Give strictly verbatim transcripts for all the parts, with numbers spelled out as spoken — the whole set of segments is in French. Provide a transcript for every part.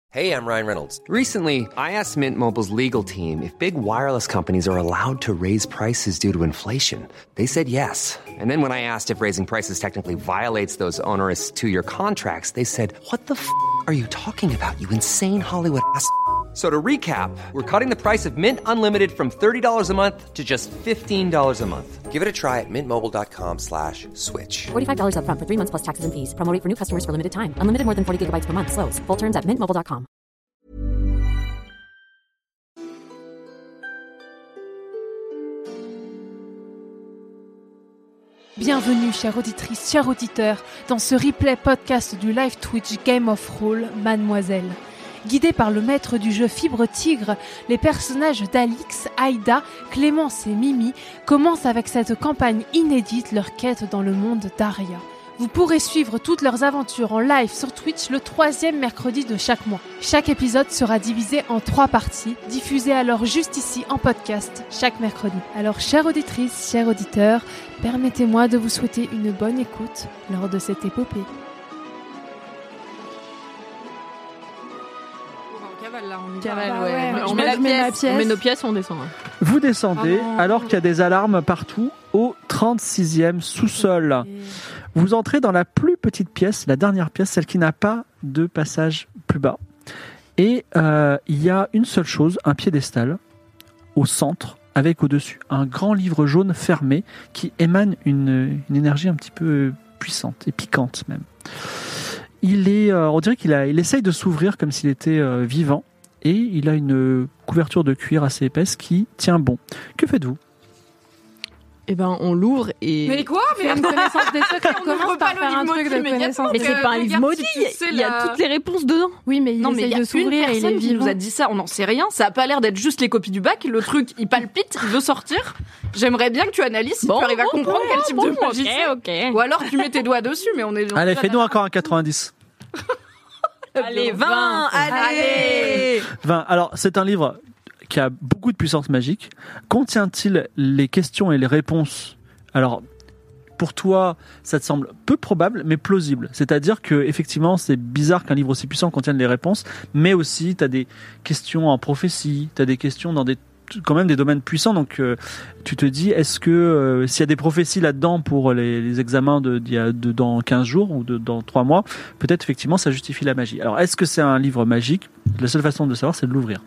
Hey, I'm Ryan Reynolds. Recently, I asked Mint Mobile's legal team if big wireless companies are allowed to raise prices due to inflation. They said yes. And then when I asked if raising prices technically violates those onerous two-year contracts, they said, what the f*** are you talking about, you insane Hollywood ass f- So to recap, we're cutting the price of Mint Unlimited from thirty dollars a month to just fifteen dollars a month. Give it a try at mintmobile.com slash switch. forty-five dollars up front for three months plus taxes and fees. Promo rate for new customers for limited time. Unlimited more than forty gigabytes per month. Slows full terms at mint mobile dot com. Bienvenue, chère auditrice, chers auditeurs, dans ce replay podcast du live Twitch Game of Roll Mademoiselle. Guidés par le maître du jeu Fibre Tigre, les personnages d'Alix, Aïda, Clémence et Mimi commencent avec cette campagne inédite leur quête dans le monde d'Aria. Vous pourrez suivre toutes leurs aventures en live sur Twitch le troisième mercredi de chaque mois. Chaque épisode sera divisé en trois parties, diffusées alors juste ici en podcast chaque mercredi. Alors, chère auditrice, chers auditeurs, permettez-moi de vous souhaiter une bonne écoute lors de cette épopée. Là, on Cavale, bah ouais. ouais. On, Je met mets, la je mets pièce, ma pièce. on met nos pièces, on descend. Vous descendez Oh non. alors qu'il y a des alarmes partout au trente-sixième sous-sol. Vous entrez dans la plus petite pièce, la dernière pièce, celle qui n'a pas de passage plus bas. Et euh, il y a une seule chose, un piédestal au centre, avec au-dessus un grand livre jaune fermé qui émane une, une énergie un petit peu puissante et piquante même. Il est, euh, on dirait qu'il a, il essaye de s'ouvrir comme s'il était euh, vivant. Et il a une couverture de cuir assez épaisse qui tient bon. Que faites-vous ? Eh ben, on l'ouvre et. Mais quoi ? Mais Une connaissance des secrets, on commence n'ouvre par pas faire le un livre truc maudit de immédiatement. connaissance. Mais Donc, c'est pas un euh, livre regarde maudit, si tu sais il y a la- toutes les réponses dedans. Oui, mais il Non, mais il essaye y a de s'ouvrir une et il est personne qui vivant. nous a dit ça, on n'en sait rien. Ça a pas l'air d'être juste les copies du bac. Le truc, il palpite, il veut sortir. J'aimerais bien que tu analyses si Bon, tu arrives à bon, comprendre bon, quel type bon, de magie c'est. ok, Ou alors tu mets tes doigts dessus, mais on est. Allez, fais-nous encore un quatre-vingt-dix. Allez, vingt, allez. vingt. Alors, c'est un livre qui a beaucoup de puissance magique. Contient-il les questions et les réponses ? Alors, pour toi, ça te semble peu probable, mais plausible. C'est-à-dire que effectivement, c'est bizarre qu'un livre aussi puissant contienne les réponses, mais aussi, tu as des questions en prophétie, tu as des questions dans des quand même des domaines puissants. Donc, euh, tu te dis, est-ce que euh, s'il y a des prophéties là-dedans pour les, les examens de, d'il y a, de dans quinze jours ou de, dans trois mois, peut-être effectivement, ça justifie la magie. Alors, est-ce que c'est un livre magique ? La seule façon de le savoir, c'est de l'ouvrir.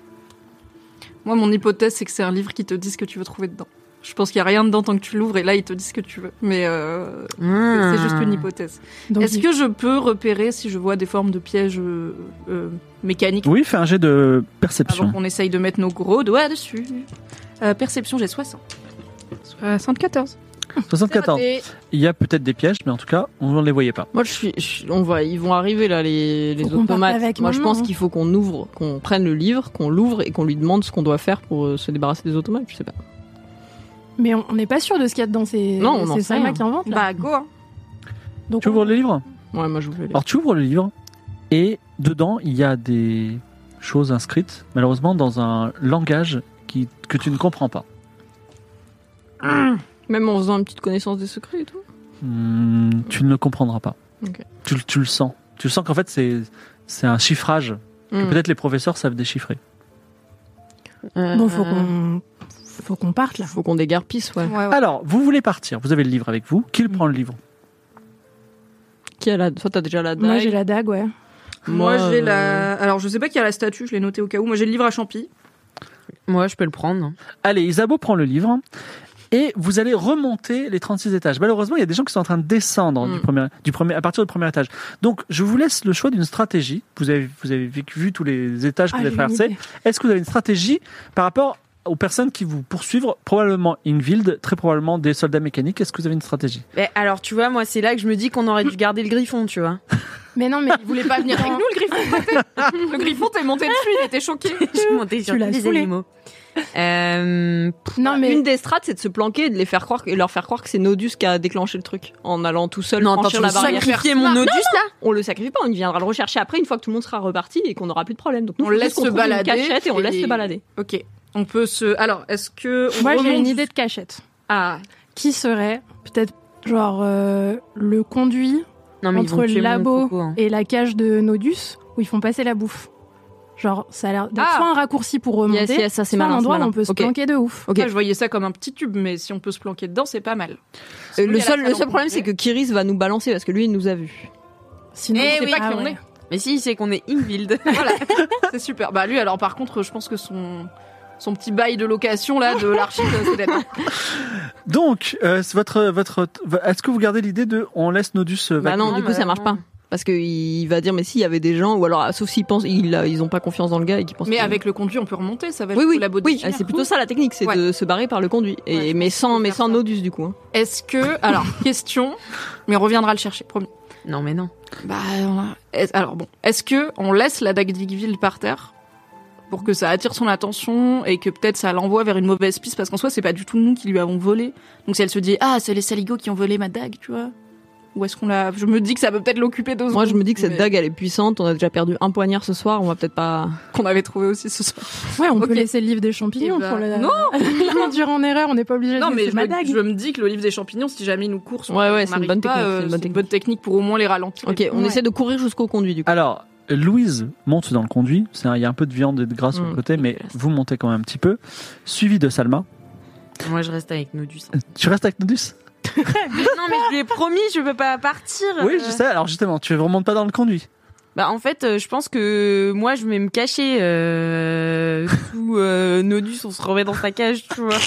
Moi, mon hypothèse, c'est que c'est un livre qui te dit ce que tu veux trouver dedans. Je pense qu'il y a rien dedans tant que tu l'ouvres et là, il te dit ce que tu veux. Mais euh, Mmh. c'est juste une hypothèse. Donc, Est-ce il- que je peux repérer si je vois des formes de pièges euh, euh, mécaniques Oui, fais un jet de perception. avant qu'on essaye de mettre nos gros doigts dessus? euh, Perception, j'ai soixante. soixante-quatorze. soixante-quatorze. C'est raté. Il y a peut-être des pièges, mais en tout cas, on ne les voyait pas. Moi, je suis, je- on voit, ils vont arriver là, les, les Faut qu'on parte automates. avec Moi, je maman, pense hein. qu'il faut qu'on ouvre, qu'on prenne le livre, qu'on l'ouvre et qu'on lui demande ce qu'on doit faire pour euh, se débarrasser des automates. Je sais pas. Mais on on n'est pas sûr de ce qu'il y a dedans. C'est Non, on en c'est sait Salma rien. qui invente. Là. Bah, go. Hein. Donc, Tu ouvres le livre ? Ouais, moi, je voulais. Alors, tu ouvres le livre, et dedans, il y a des choses inscrites, malheureusement, dans un langage qui, que tu ne comprends pas. Même en faisant une petite connaissance des secrets et tout. Hmm, tu ne le comprendras pas. Ok. Tu, tu le sens. Tu le sens qu'en fait, c'est, c'est un chiffrage que Mmh. peut-être les professeurs savent déchiffrer. Euh, bon, faut qu'on faut qu'on parte là. faut qu'on dégarpisse, ouais. Ouais, ouais. Alors, vous voulez partir, vous avez le livre avec vous. Qui le prend le livre ? Qui a la, toi, t'as déjà la dague. Moi, j'ai la dague, ouais. Moi, j'ai euh, la. Alors, je sais pas qui a la statue, je l'ai noté au cas où. Moi, j'ai le livre à Champy. Moi, je peux le prendre. Allez, Isabeau prend le livre. Et vous allez remonter les trente-six étages. Malheureusement, il y a des gens qui sont en train de descendre Mm. du premier, du premier, à partir du premier étage. Donc, je vous laisse le choix d'une stratégie. Vous avez, vous avez vu, vu tous les étages que Ah, vous avez j'ai une traversés. idée. Est-ce que vous avez une stratégie par rapport aux personnes qui vous poursuivent, probablement Ingvild, très probablement des soldats mécaniques? Est-ce que vous avez une stratégie? Mais alors, tu vois, moi, c'est là que je me dis qu'on aurait dû garder le griffon, tu vois. Mais non, mais Il voulait pas venir avec nous, le griffon. Le griffon, t'es monté dessus, il était choqué. Je suis montée sur Tu l'as les saoulé. animaux. Euh, non, mais Une des strats, c'est de se planquer et de les faire croire, et leur faire croire que c'est Nodus qui a déclenché le truc en allant tout seul non, attends, franchir tu la veux barrière. sacrifier mon Nodus, là? On le sacrifie pas, on viendra le rechercher après une fois que tout le monde sera reparti et qu'on n'aura plus de problème. Donc nous, On faut laisse juste qu'on se trouve une balader, cachette et on et- laisse se balader. Ok. On peut se. Alors, est-ce que. on moi, j'ai remonte une du- idée de cachette. Ah, Qui serait peut-être genre euh, le conduit Non, mais ils vont entre tuer le mon labo coco, hein. et la cage de Nodus, où ils font passer la bouffe. Genre, ça a l'air d'être Ah. soit un raccourci pour remonter, Yes, yes, ça, c'est soit malin, un endroit c'est où on malin. peut se Ok. planquer de ouf. Ok. Moi, je voyais ça comme un petit tube, mais si on peut se planquer dedans, c'est pas mal. Euh, Sinon, il le y a la seul, le salle seul en problème, congé. c'est que Kiris va nous balancer parce que lui, il nous a vus. Sinon, Eh c'est oui, pas ah qui on ouais. est. Mais si, c'est qu'on est Inbuild. Voilà, c'est super. Bah lui, alors par contre, je pense que son son petit bail de location là de l'archive, c'est d'être. Donc, euh, c'est votre, votre, est-ce que vous gardez l'idée de on laisse Nodus euh, Bah vaquer non, du coup, ça marche pas. Parce que il va dire, mais si, il y avait des gens, ou alors, sauf s'ils pensent, ils, ils ont pas confiance dans le gars et qu'ils pensent. Mais que- avec le conduit, on peut remonter. Ça va. Oui, oui, la botte oui. d'hiver. C'est plutôt ça la technique, c'est Ouais. de se barrer par le conduit. Et Ouais, je mais pense sans, qu'il faut mais faire sans ça. Nodus du coup. hein. Est-ce que, alors, question, mais on reviendra le chercher, promis. Non, mais non. Bah, est- alors bon, est-ce que on laisse la dague d'Igville par terre pour que ça attire son attention et que peut-être ça l'envoie vers une mauvaise piste parce qu'en soi c'est pas du tout nous qui lui avons volé. Donc si elle se dit ah c'est les saligots qui ont volé ma dague, tu vois. Ou est-ce qu'on l'a Je me dis que ça peut peut-être l'occuper deux Moi, je me dis que cette mais- dague, elle est puissante. On a déjà perdu un poignard ce soir. On va peut-être pas. qu'on avait trouvé aussi ce soir. Ouais, on Ok. peut laisser le livre des champignons Eh ben, pour le. non l'induire en erreur, on n'est pas obligé de Non mais laisser je ma me, dague. je me dis que le livre des champignons, si jamais il nous court, Ouais, ouais, on c'est une n'arrive bonne pas, technique, euh, c'est une bonne c'est une bonne technique pour au moins les ralentir. Ok, on Ouais. essaie de courir jusqu'au conduit du coup. Alors, Louise monte dans le conduit. C'est un- Il y a un peu de viande et de gras sur le Mm, côté, mais dégueulasse. vous montez quand même un petit peu. Suivi de Salma. Moi, je reste avec Nodus. Tu restes avec Nodus non, mais je lui ai promis, je peux pas partir. Oui, euh. je sais. Alors justement, tu ne remontes pas dans le conduit. Bah, en fait, euh, je pense que moi, je vais me cacher euh, sous euh, Nodus, on se remet dans sa cage, tu vois.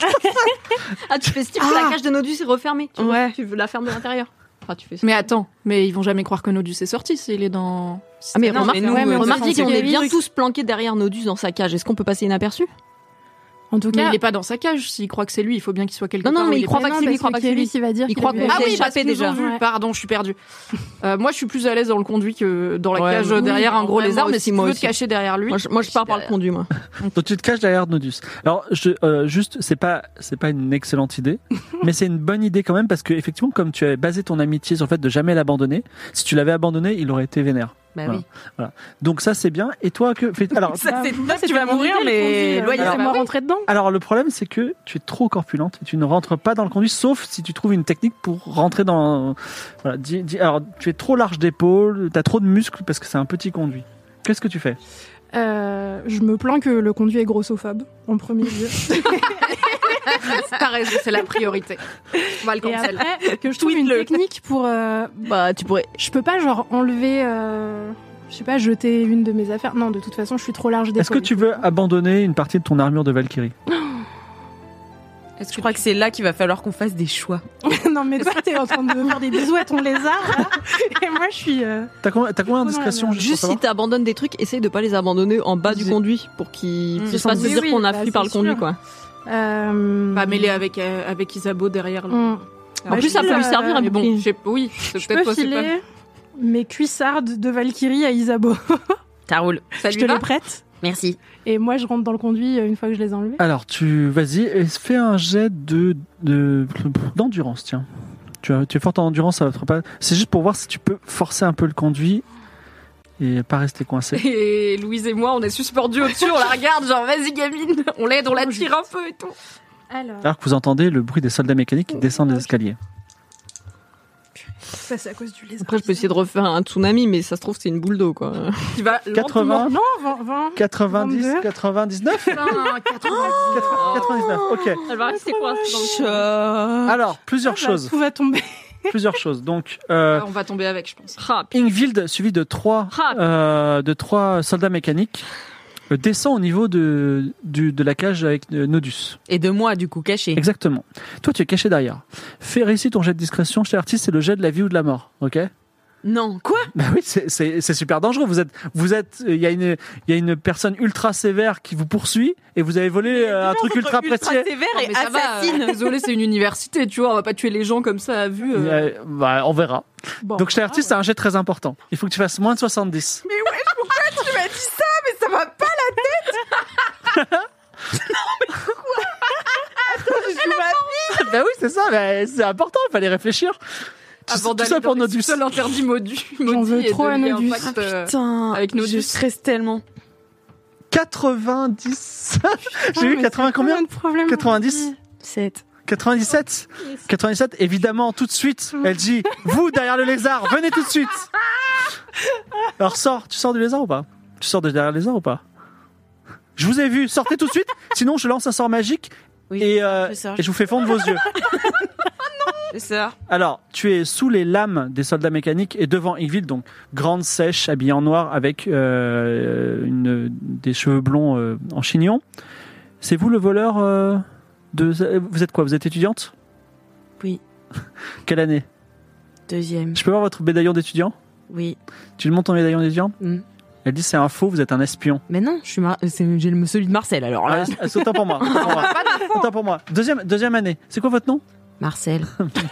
Ah, tu fais style Ah. la cage de Nodus est refermée. Tu, Ouais. veux, tu veux la fermer de l'intérieur. Ah, tu fais ça. Mais attends, mais ils vont jamais croire que Nodus est sorti s'il est dans. Ah, mais Non, remarque, mais nous, ouais, mais euh, remarque c'est qu'on qu'il y a est des bien trucs. tous planqués derrière Nodus dans sa cage. Est-ce qu'on peut passer inaperçu? En tout Mais cas, il est pas dans sa cage. S'il croit que c'est lui, il faut bien qu'il soit quelque Non, non, part. où mais il est croit pas. pas que c'est lui, il croit pas que c'est lui. il va dire. Il qu'il croit a vu qu'on la- Ah s'est oui, parce échappé qu'ils nous déjà. ont vus. Ouais. Pardon, je suis perdue. Euh, moi, je suis plus à l'aise dans le conduit que dans la Ouais, cage oui, derrière un gros ouais, lézard. moi Mais aussi, si tu moi veux te aussi. cacher derrière lui, Moi, je, moi, je pars par le conduit, moi. Donc tu te caches derrière Nodus. Alors je, euh, juste, c'est pas, c'est pas une excellente idée, mais c'est une bonne idée quand même parce que effectivement, comme tu avais basé ton amitié sur le fait de jamais l'abandonner, si tu l'avais abandonné, il aurait été vénère. Bah Voilà. oui. Voilà. Donc ça c'est bien. Et toi que fais- alors Ça, c'est Là, top, tu vas mourir, mais Loyal, loyal. va rentrer dedans. alors le problème c'est que tu es trop corpulente et tu ne rentres pas dans le conduit sauf si tu trouves une technique pour rentrer dans. Voilà. Dis- dis- alors tu es trop large d'épaules, tu as trop de muscles parce que c'est un petit conduit. Qu'est-ce que tu fais? Euh, je me plains que le conduit est grossophobe, en premier lieu. t'as raison, c'est la priorité. On va le Et cancel. après, que je trouve une Tweet-le. technique pour. euh, Bah, tu pourrais. Je peux pas, genre, enlever. euh, Je sais pas, jeter une de mes affaires. Non, de toute façon, je suis trop large d'épaule. Est-ce que tu veux abandonner une partie de ton armure de Valkyrie? Est-ce Je crois que c'est là qu'il va falloir qu'on fasse des choix. Non, mais toi, t'es en train de me faire des bisous à ton lézard, là. Et moi, je suis. euh, T'as combien, t'as combien de Trop dans la discrétion merde. juste pour Juste si savoir t'abandonnes des trucs, essaye de pas les abandonner en bas du Vas-y. conduit pour qu'ils Mmh. puissent pas se Oui, dire oui, qu'on a bah, fui par le c'est conduit, sûr. quoi. euh, Pas mêlé avec euh, avec Isabeau derrière. Là. hum. En plus, ça peut lui servir un Mais bon, bouclier. je sais- oui, c'est Je peut-être peux possible. filer mes cuissardes de Valkyrie à Isabeau. Ça roule. Ça Je lui te va les prête. Merci. Et moi, je rentre dans le conduit euh, une fois que je les ai enlevés. Alors, tu vas-y et fais un jet de de d'endurance, tiens. Tu, as- tu es forte en endurance, ça va te pas. C'est juste pour voir si tu peux forcer un peu le conduit et pas rester coincé. Et Louise et moi, on est suspendus au-dessus, on la regarde, genre vas-y gamine, on l'aide, on la tire un peu et tout. Alors, Alors que vous entendez le bruit des soldats mécaniques qui descendent les escaliers. ça, c'est à cause du lézard. Après, je peux essayer de refaire un tsunami, mais ça se trouve, c'est une boule d'eau, quoi. Tu vas quatre-vingts, Non, vingt, vingt. quatre-vingt-dix, vingt-deux. quatre-vingt-dix-neuf, lentement. quatre-vingt-dix-neuf. Ok. Elle va rester coincée. Alors, plusieurs Ah, bah, choses. Tout va tomber. Plusieurs choses. Donc, euh, On va tomber avec, je pense. Ah, Ingvild, suivi de trois, Ah. euh, de trois soldats mécaniques, euh, descend au niveau de, du, de la cage avec euh, Nodus. Et de moi, du coup, caché. Exactement. Toi, tu es caché derrière. Fais réussir ton jet de discrétion chez l'artiste, c'est le jet de la vie ou de la mort, ok? Non, quoi? Bah oui, c'est, c'est, c'est super dangereux. Vous êtes, vous êtes, il y a une, il y a une personne ultra sévère qui vous poursuit et vous avez volé euh, un truc ultra précieux. sévère Non, et mais ça va, assassine. euh, désolé, c'est une université, tu vois, on va pas tuer les gens comme ça à vue. euh. Euh, bah, on verra. Bon, Donc chez l'artiste, c'est un jet très important. Il faut que tu fasses moins de soixante-dix. Mais ouais, pourquoi tu m'as dit ça? Mais ça va pas la tête. Non, mais pourquoi? Attends, je joue ma vie. Bah oui, c'est ça. Bah, c'est important. Il fallait réfléchir. Tout, Avant tout d'aller ça pour dans les Nodus. sous-sols interdits Modu. J'en veux Maudits et trop de à lier un Nodus. pacte, euh, Putain, avec Nodus. je stresse tellement. quatre-vingt-dix. J'ai eu mais quatre-vingts c'est combien? de problèmes. quatre-vingt-dix. sept. quatre-vingt-dix-sept. quatre-vingt-dix-sept. Évidemment, tout de suite, elle dit, vous derrière le lézard, venez tout de suite. Alors sors, tu sors du lézard ou pas? Tu sors de derrière le lézard ou pas? Je vous ai vu, sortez tout de suite, sinon je lance un sort magique Oui, et, euh, je sors. et je vous fais fondre vos yeux. C'est ça. Alors, tu es sous les lames des soldats mécaniques et devant Ingvild, donc grande, sèche, habillée en noir avec euh, une, des cheveux blonds euh, en chignon. C'est vous le voleur euh, de... Vous êtes quoi? Vous êtes étudiante? Oui. Quelle année? Deuxième. Je peux voir votre médaillon d'étudiant? Oui. Tu lui montres ton médaillon d'étudiant? Mm. Elle dit c'est un faux, vous êtes un espion. Mais non, je suis mar... c'est... j'ai le celui de Marcel alors là. Ah, c'est autant pour moi. Autant pour moi. Autant pour moi. Deuxième, deuxième année. C'est quoi votre nom? Marcel.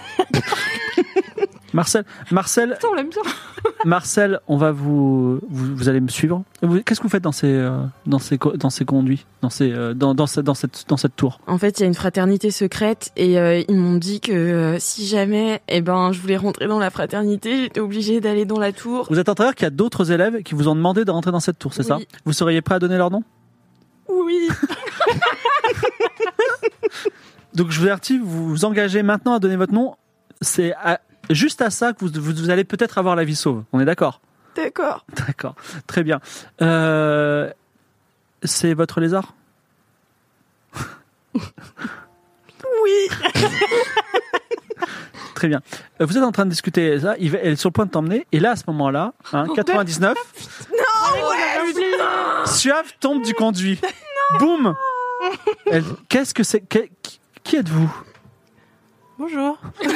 Marcel. Marcel. Putain, on l'aime bien. Marcel, on va vous, vous, vous allez me suivre. Vous- Qu'est-ce que vous faites dans ces, euh, dans ces, co- dans ces conduits, dans ces, euh, dans, dans, cette, dans cette, dans cette tour? En fait, il y a une fraternité secrète et euh, ils m'ont dit que euh, si jamais, eh ben, je voulais rentrer dans la fraternité, j'étais obligée d'aller dans la tour. Vous êtes en train de dire qu'il y a d'autres élèves qui vous ont demandé de rentrer dans cette tour, c'est ça? Oui. Vous seriez prêt à donner leur nom? Oui. Donc je vous avertis, vous vous engagez maintenant à donner votre nom. C'est à- juste à ça que vous, vous, vous allez peut-être avoir la vie sauve. On est d'accord? D'accord. D'accord, très bien. Euh, c'est votre lézard? Oui. Très bien. Euh, Vous êtes en train de discuter ça, il va- elle est sur le point de t'emmener, et là, à ce moment-là, hein, quatre-vingt-dix-neuf, Suave tombe du conduit. Boum. Elle- Qu'est-ce que c'est que- qui, qui êtes-vous? Bonjour.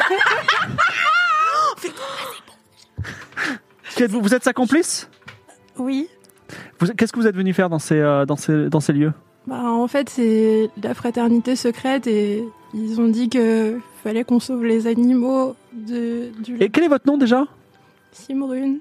Qui êtes-vous? Vous êtes sa complice? Oui. Vous- Qu'est-ce que vous êtes venu faire dans ces, euh, dans ces, dans ces lieux? Bah, en fait, c'est la fraternité secrète et ils ont dit que fallait qu'on sauve les animaux de, du Et quel est votre nom déjà? Simrune.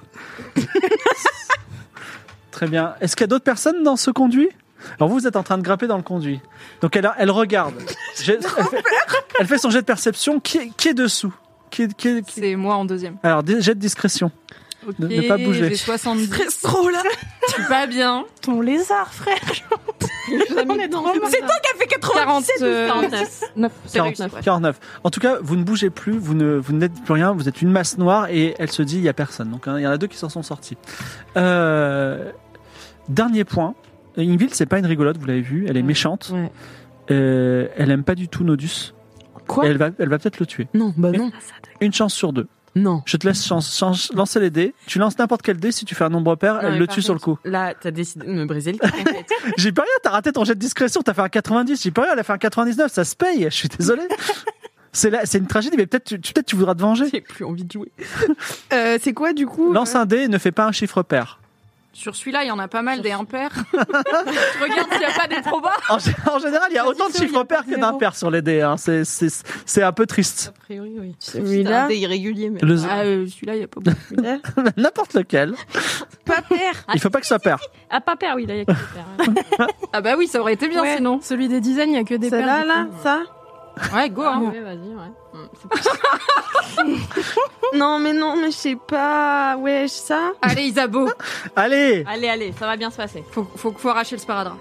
Très bien. Est-ce qu'il y a d'autres personnes dans ce conduit? Alors vous, vous êtes en train de grimper dans le conduit. Donc elle, elle regarde. Jet- elle, fait, elle fait son jet de perception. Qui est, qui est dessous? Qui est, qui est- qui- C'est moi en deuxième. Alors, dé- jet de discrétion. Ok, Ne- ne pas bouger. J'ai soixante-dix. Stress trop là. Je suis pas bien. Ton lézard, frère. On est trop mal. C'est toi qui as fait quatre-vingt-dix-sept quarante, ou quarante-neuf. neuf. C'est quarante, réussi. quarante-neuf. En tout cas, vous ne bougez plus, vous ne, vous n'êtes plus rien, vous êtes une masse noire et elle se dit il n'y a personne. Donc hein, il y en a deux qui s'en sont sortis. Euh, dernier point. Ingvild, c'est pas une rigolote, vous l'avez vu, elle est méchante. Ouais. Euh, elle aime pas du tout Nodus. Quoi? Et elle va, elle va peut-être le tuer. Non, bah non. Une chance sur deux. Non. Je te laisse chance, chance- lancer les dés. Tu lances n'importe quel dé, si tu fais un nombre pair, Non, elle mais le par tue sur le coup. contre, Là, t'as décidé de me briser le cœur, en fait. J'ai pas rien, t'as raté ton jet de discrétion, t'as fait un quatre-vingt-dix. J'ai pas rien, elle a fait un quatre-vingt-dix-neuf, ça se paye, je suis désolé. c'est, la- c'est une tragédie, mais peut-être tu, tu- peut-être tu voudras te venger. J'ai plus envie de jouer. euh, c'est quoi du coup? Lance un dé et ne fais pas un chiffre pair. Sur celui-là, il y en a pas mal des impairs. Tu regardes s'il n'y a pas des trop bas. En, gé- en général, il y a autant de sûr, il y chiffres a pairs pas que zéro. d'impairs sur les dés. Hein. C'est, c'est, c'est un peu triste. A priori, oui. Celui-là. Un dé irrégulier, mais. Le- Ah, euh, celui-là, il n'y a pas beaucoup. N'importe lequel. Pas pair. Il faut pas que ça paire. Ah, pas père, oui, là, il y a que le père. Ah bah oui, ça aurait été bien Ouais, sinon. Celui des dizaines, il y a que des Ça paires. là, du là, coup. ça? Ouais, go. Hein. Ouais, vas-y, ouais. Hum, c'est Non, mais non, mais je sais pas. Ouais, ça. Allez, Isabeau. Allez. Allez, allez, ça va bien se passer. Faut, faut, faut arracher le sparadrap.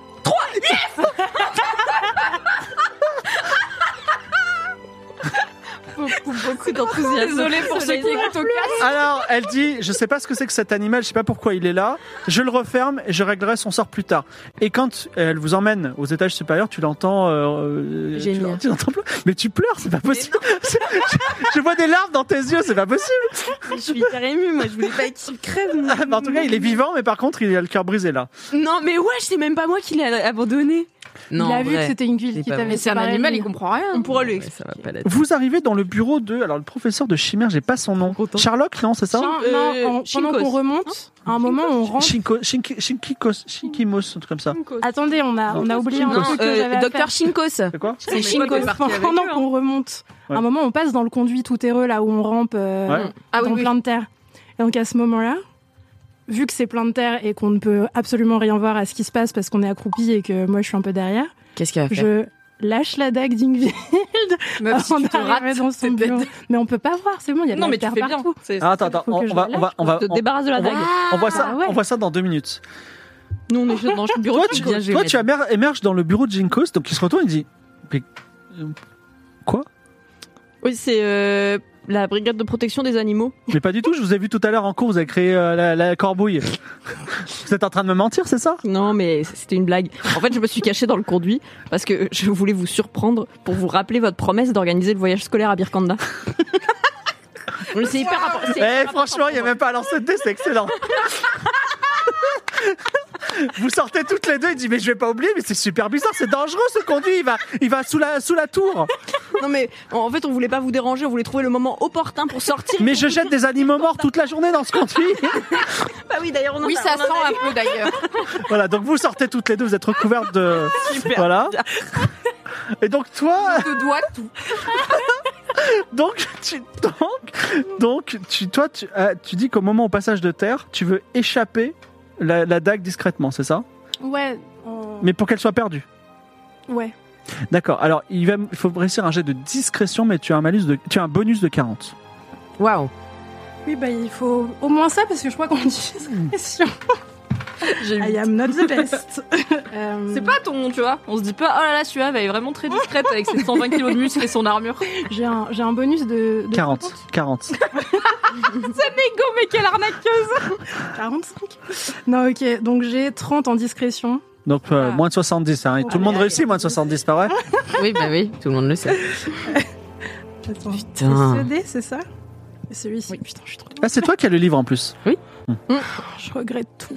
Beaucoup, beaucoup d'enthousiasme. Désolée pour ceux qui écoutent au casque. Alors, elle dit, je sais pas ce que c'est que cet animal, je sais pas pourquoi il est là. Je le referme et je réglerai son sort plus tard. Et quand elle vous emmène aux étages supérieurs, tu l'entends. Euh, tu Gémir. l'en- tu l'entends pleurer. Mais tu pleures, c'est pas possible. je, je vois des larmes dans tes yeux, c'est pas possible. Je suis hyper émue, moi, je voulais pas qu'il crève. moi. Ah, bah, en tout cas, il est vivant, mais par contre, il a le cœur brisé là. Non, mais ouais, c'est même pas moi qui l'ai abandonné. Non, il a vu vrai. que c'était une C'est guilde qui pas t'avait Mais c'est un séparé de animal, lui. il comprend rien. On pourra lui Ouais, ça va expliquer. pas la Vous arrivez dans le bureau de. Alors, le professeur de chimère, j'ai pas son nom. Content. Sherlock, non, c'est ça? Non, Euh, non, en- pendant Shinkos. qu'on remonte, à un moment on rentre. Shinko, Shinki, Shinkikos, Shinkimos, un truc comme ça. Attendez, on a, on a oublié un Non, truc que euh, j'avais à Docteur faire. Shinkos. C'est quoi? C'est Mais Shinkos. toi, t'es parti avec Pendant eux, hein. qu'on remonte, Ouais. à un moment on passe dans le conduit tout terreux là où on rampe euh, Ouais. Ah oui, dans oui. plein de terre. Et donc à ce moment-là, vu que c'est plein de terre et qu'on ne peut absolument rien voir à ce qui se passe parce qu'on est accroupi et que moi je suis un peu derrière, Qu'est-ce qu'il va faire? je lâche la dague d'Ingvild Meuf, si avant tu te d'arriver rates, dans c'est son bureau. bête. Mais on peut pas voir, c'est bon, il y a de Non, la mais tu terre fais bien. partout. C'est- Ah, attends, attends, Faut on, que on je va, la on va, on va, Te on- débarrasse de la on va- dague. on voit ça, Ah ouais. on voit ça dans deux minutes. Nous, on est juste dans le bureau Toi, de tu, bien, je vais toi, mettre. tu émer- émerges dans le bureau de Jinkos, donc il se retourne et dit, mais, euh, quoi? Oui, c'est. Euh... la brigade de protection des animaux. Mais pas du tout, je vous ai vu tout à l'heure en cours, vous avez créé euh, la, la corbouille. Vous êtes en train de me mentir, c'est ça? Non, mais c'était une blague. En fait, je me suis cachée dans le conduit parce que je voulais vous surprendre pour vous rappeler votre promesse d'organiser le voyage scolaire à Birkanda. C'est hyper important. c'est Eh, hyper franchement, il n'y a important même pas à lancer de dés, c'est excellent. Vous sortez toutes les deux, il dit mais je vais pas oublier, mais c'est super bizarre, c'est dangereux ce conduit, il va, il va sous la, sous la tour. pour moi. Non mais en fait, on voulait pas vous déranger, on voulait trouver le moment opportun pour sortir. Mais je jette des animaux morts toute la journée dans ce conduit. Bah oui, d'ailleurs, on en Oui, a- ça on en sent a un eu. peu d'ailleurs. Voilà, donc vous sortez toutes les deux, vous êtes recouvertes de, voilà. Et donc toi, Je te dois tout. donc tu, donc, donc tu, toi, tu, euh, tu dis qu'au moment au passage de terre, tu veux échapper la, la dague discrètement, c'est ça? Ouais. euh, Mais pour qu'elle soit perdue. Ouais. D'accord. Alors il va, il faut réussir un jet de discrétion, mais tu as un malus de, tu as un bonus de quarante. Waouh. Oui, bah il faut au moins ça parce que je crois qu'on dit discrétion. J'ai I am not the best. Euh, C'est pas ton, tu vois. On se dit pas, oh là là, celui-là, elle est vraiment très discrète avec ses cent vingt kilos de muscles et son armure. J'ai un, j'ai un bonus de, de quarante. quarante. Négo, mais quelle arnaqueuse. quarante-cinq. Non, ok. Donc j'ai trente en discrétion. Donc euh, Ah. moins de soixante-dix. Hein. Tout le monde Allez, réussit, allez. moins de soixante-dix, pas vrai? Oui, bah oui, tout le monde le sait. Attends. Putain. C'est ce dé, c'est ça? Et celui-ci. Putain, je suis trop. Ah, c'est toi qui as le livre en plus. Je regrette tout.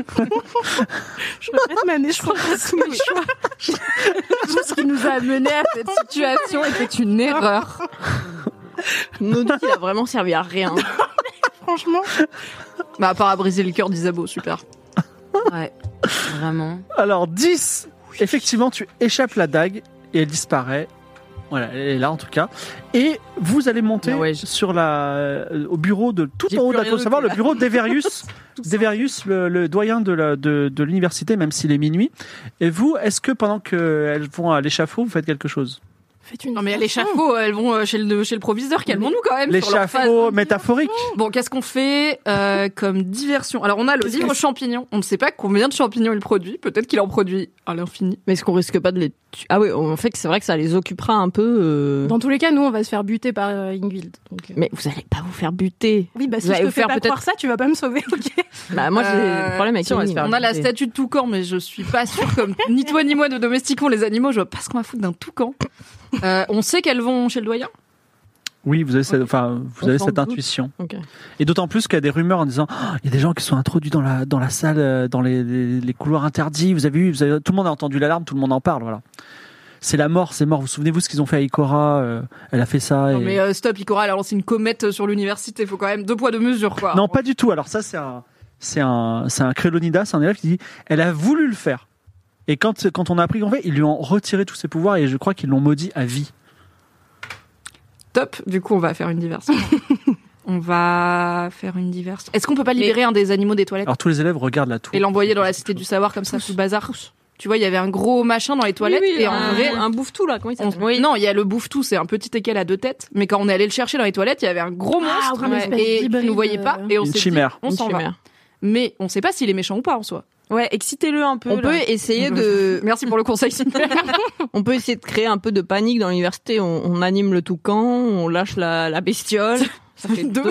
je regrette ma naissance. Tous mes choix. Tout ce qui nous a mené à cette situation était une erreur. Notre vie, il a vraiment servi à rien. Franchement. Bah, à part à briser le cœur d'Isabeau, super. Ouais, vraiment. Alors dix. Effectivement, tu échappes la dague et elle disparaît. Voilà, elle est là en tout cas. Et vous allez monter Ah ouais, je- sur la, euh, au bureau de tout J'ai en haut plus de la rien tour, noté, savoir le là. bureau d'Everius, d'Everius, le, le doyen de, la, de, de l'université, même s'il est minuit. Et vous, est-ce que pendant qu'elles vont à l'échafaud, vous faites quelque chose? Faites une Non, mais à l'échafaud, elles vont euh, chez le, chez le proviseur, calmons-nous quand même. sur leur phase. L'échafaud métaphorique. Bon, qu'est-ce qu'on fait euh, comme diversion? Alors, on a le Qu'est-ce livre que- champignon. On ne sait pas combien de champignons il produit. Peut-être qu'il en produit à l'infini. Mais est-ce qu'on risque pas de les tuer? Ah oui, en fait, c'est vrai que ça les occupera un peu. euh, Dans tous les cas, nous, on va se faire buter par euh, Ingvild. Donc, euh, Mais vous allez pas vous faire buter. oui, bah si vous je allez te vous fais faire pas peut-être- croire ça, tu vas pas me sauver, ok? Bah moi, j'ai Euh, le problème avec si, on va se Céline. faire On a la buter. statue de toucan, mais je suis pas sûre, comme ni toi ni moi ne domestiquons les animaux, je vois pas ce qu'on va foutre d'un toucan. Euh, on sait qu'elles vont chez le doyen. Oui, vous avez, cette, enfin, vous On avez s'en cette doute. intuition. Ok. Et d'autant plus qu'il y a des rumeurs en disant oh, il y a des gens qui sont introduits dans la, dans la salle, euh, dans les, les, les couloirs interdits. Vous avez vu, vous avez- tout le monde a entendu l'alarme, tout le monde en parle. Voilà. C'est la mort, c'est mort. Vous souvenez-vous ce qu'ils ont fait à Ikora euh, Elle a fait ça. Non, et- mais euh, stop, Ikora, elle a lancé une comète sur l'université. Faut quand même deux poids, deux mesures, quoi. Non, pas du tout. Alors ça, c'est un, c'est un, c'est un Crélonidas, un élève qui dit elle a voulu le faire. Et quand, quand on a appris qu'on fait, ils lui ont retiré tous ses pouvoirs et je crois qu'ils l'ont maudit à vie. Top, du coup, on va faire une diversion. On va faire une diversion. Est-ce qu'on peut pas libérer un des animaux des toilettes Alors tous les élèves regardent la tour. et l'envoyer dans la cité du savoir comme ça, tout le bazar? Tu vois, il y avait un gros machin dans les toilettes et en un, vrai, un bouffe-tout là, comment il on- s'appelle? non, il y a le bouffe-tout, c'est un petit équel à deux têtes. Mais quand on est allé le chercher dans les toilettes, il y avait un gros Ah, monstre oui, une ouais, espèce et qui d'hybride, nous voyait pas. Et on Une s'est chimère. dit, on Une s'en va. chimère. Mais on sait pas s'il est méchant ou pas en soi. Ouais, excitez-le un peu. On là. peut essayer de, Merci pour le conseil. on peut essayer de créer un peu de panique dans l'université. On, on anime le toucan, on lâche la, la bestiole. Ça fait deux.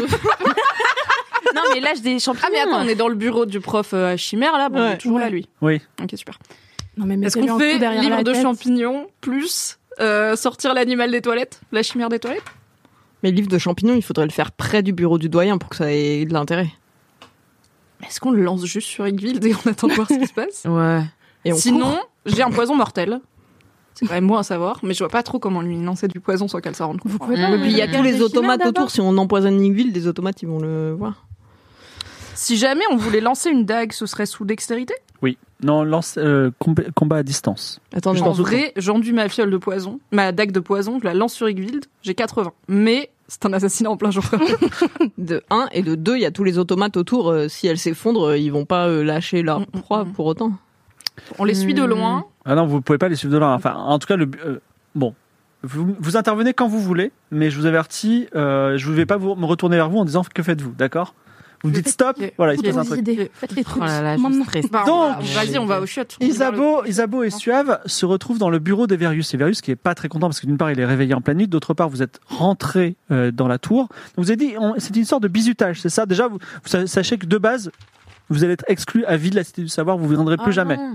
Non mais lâche des champignons. Ah mais attends, on est dans le bureau du prof euh, chimère là, bon, Ouais. on est toujours là lui. Oui. Ok, super. Non, mais Est-ce mettez-lui qu'on un fait coup derrière livre la de tête. champignons plus euh, sortir l'animal des toilettes, la chimère des toilettes? Mais le livre de champignons, il faudrait le faire près du bureau du doyen pour que ça ait de l'intérêt. Est-ce qu'on le lance juste sur Ingvild et on attend de voir ce qui se passe? Ouais. Et on Sinon, court. j'ai un poison mortel. C'est quand même moi à savoir, mais je vois pas trop comment lui lancer du poison sans qu'elle s'en rende compte. Vous pouvez Mmh. pas Et puis il y a tous regarder les Chimère automates d'abord autour. Si on empoisonne Nickville, des automates, ils vont le voir. Si jamais on voulait lancer une dague, ce serait sous dextérité? Oui. Non, lance, euh, combat, combat à distance. Attendez, Je En pense au vrai, j'enduis ma fiole de poison, ma dague de poison, je la lance sur Ingvild, j'ai quatre-vingts. Mais c'est un assassinat en plein jour. de un et de deux, il y a tous les automates autour. euh, si elles s'effondrent, euh, ils vont pas euh, lâcher leur Mm, mm, proie mm. pour autant. On les suit de loin. Ah non, vous pouvez pas les suivre de loin. Enfin, en tout cas, le, euh, bon, vous, vous intervenez quand vous voulez, mais je vous avertis, euh, je ne vais pas vous, me retourner vers vous en disant que faites-vous, d'accord? Vous me dites stop, Ok. voilà, il se Ok. passe un truc. idées. Faites les trucs. Oh là là, je Maintenant. stresse. Bah, Donc, on va- vas-y, on va au chiottes. Isabeau, Isabeau et Suave se retrouvent dans le bureau d'Everius. Everius qui est pas très content parce que d'une part il est réveillé en pleine nuit, d'autre part vous êtes rentré euh, dans la tour. Donc, vous avez dit, on- c'est une sorte de bizutage, c'est ça. Déjà, vous, vous sa- sachez que de base, vous allez être exclu à vie de la Cité du Savoir, vous ne viendrez plus Oh jamais. non.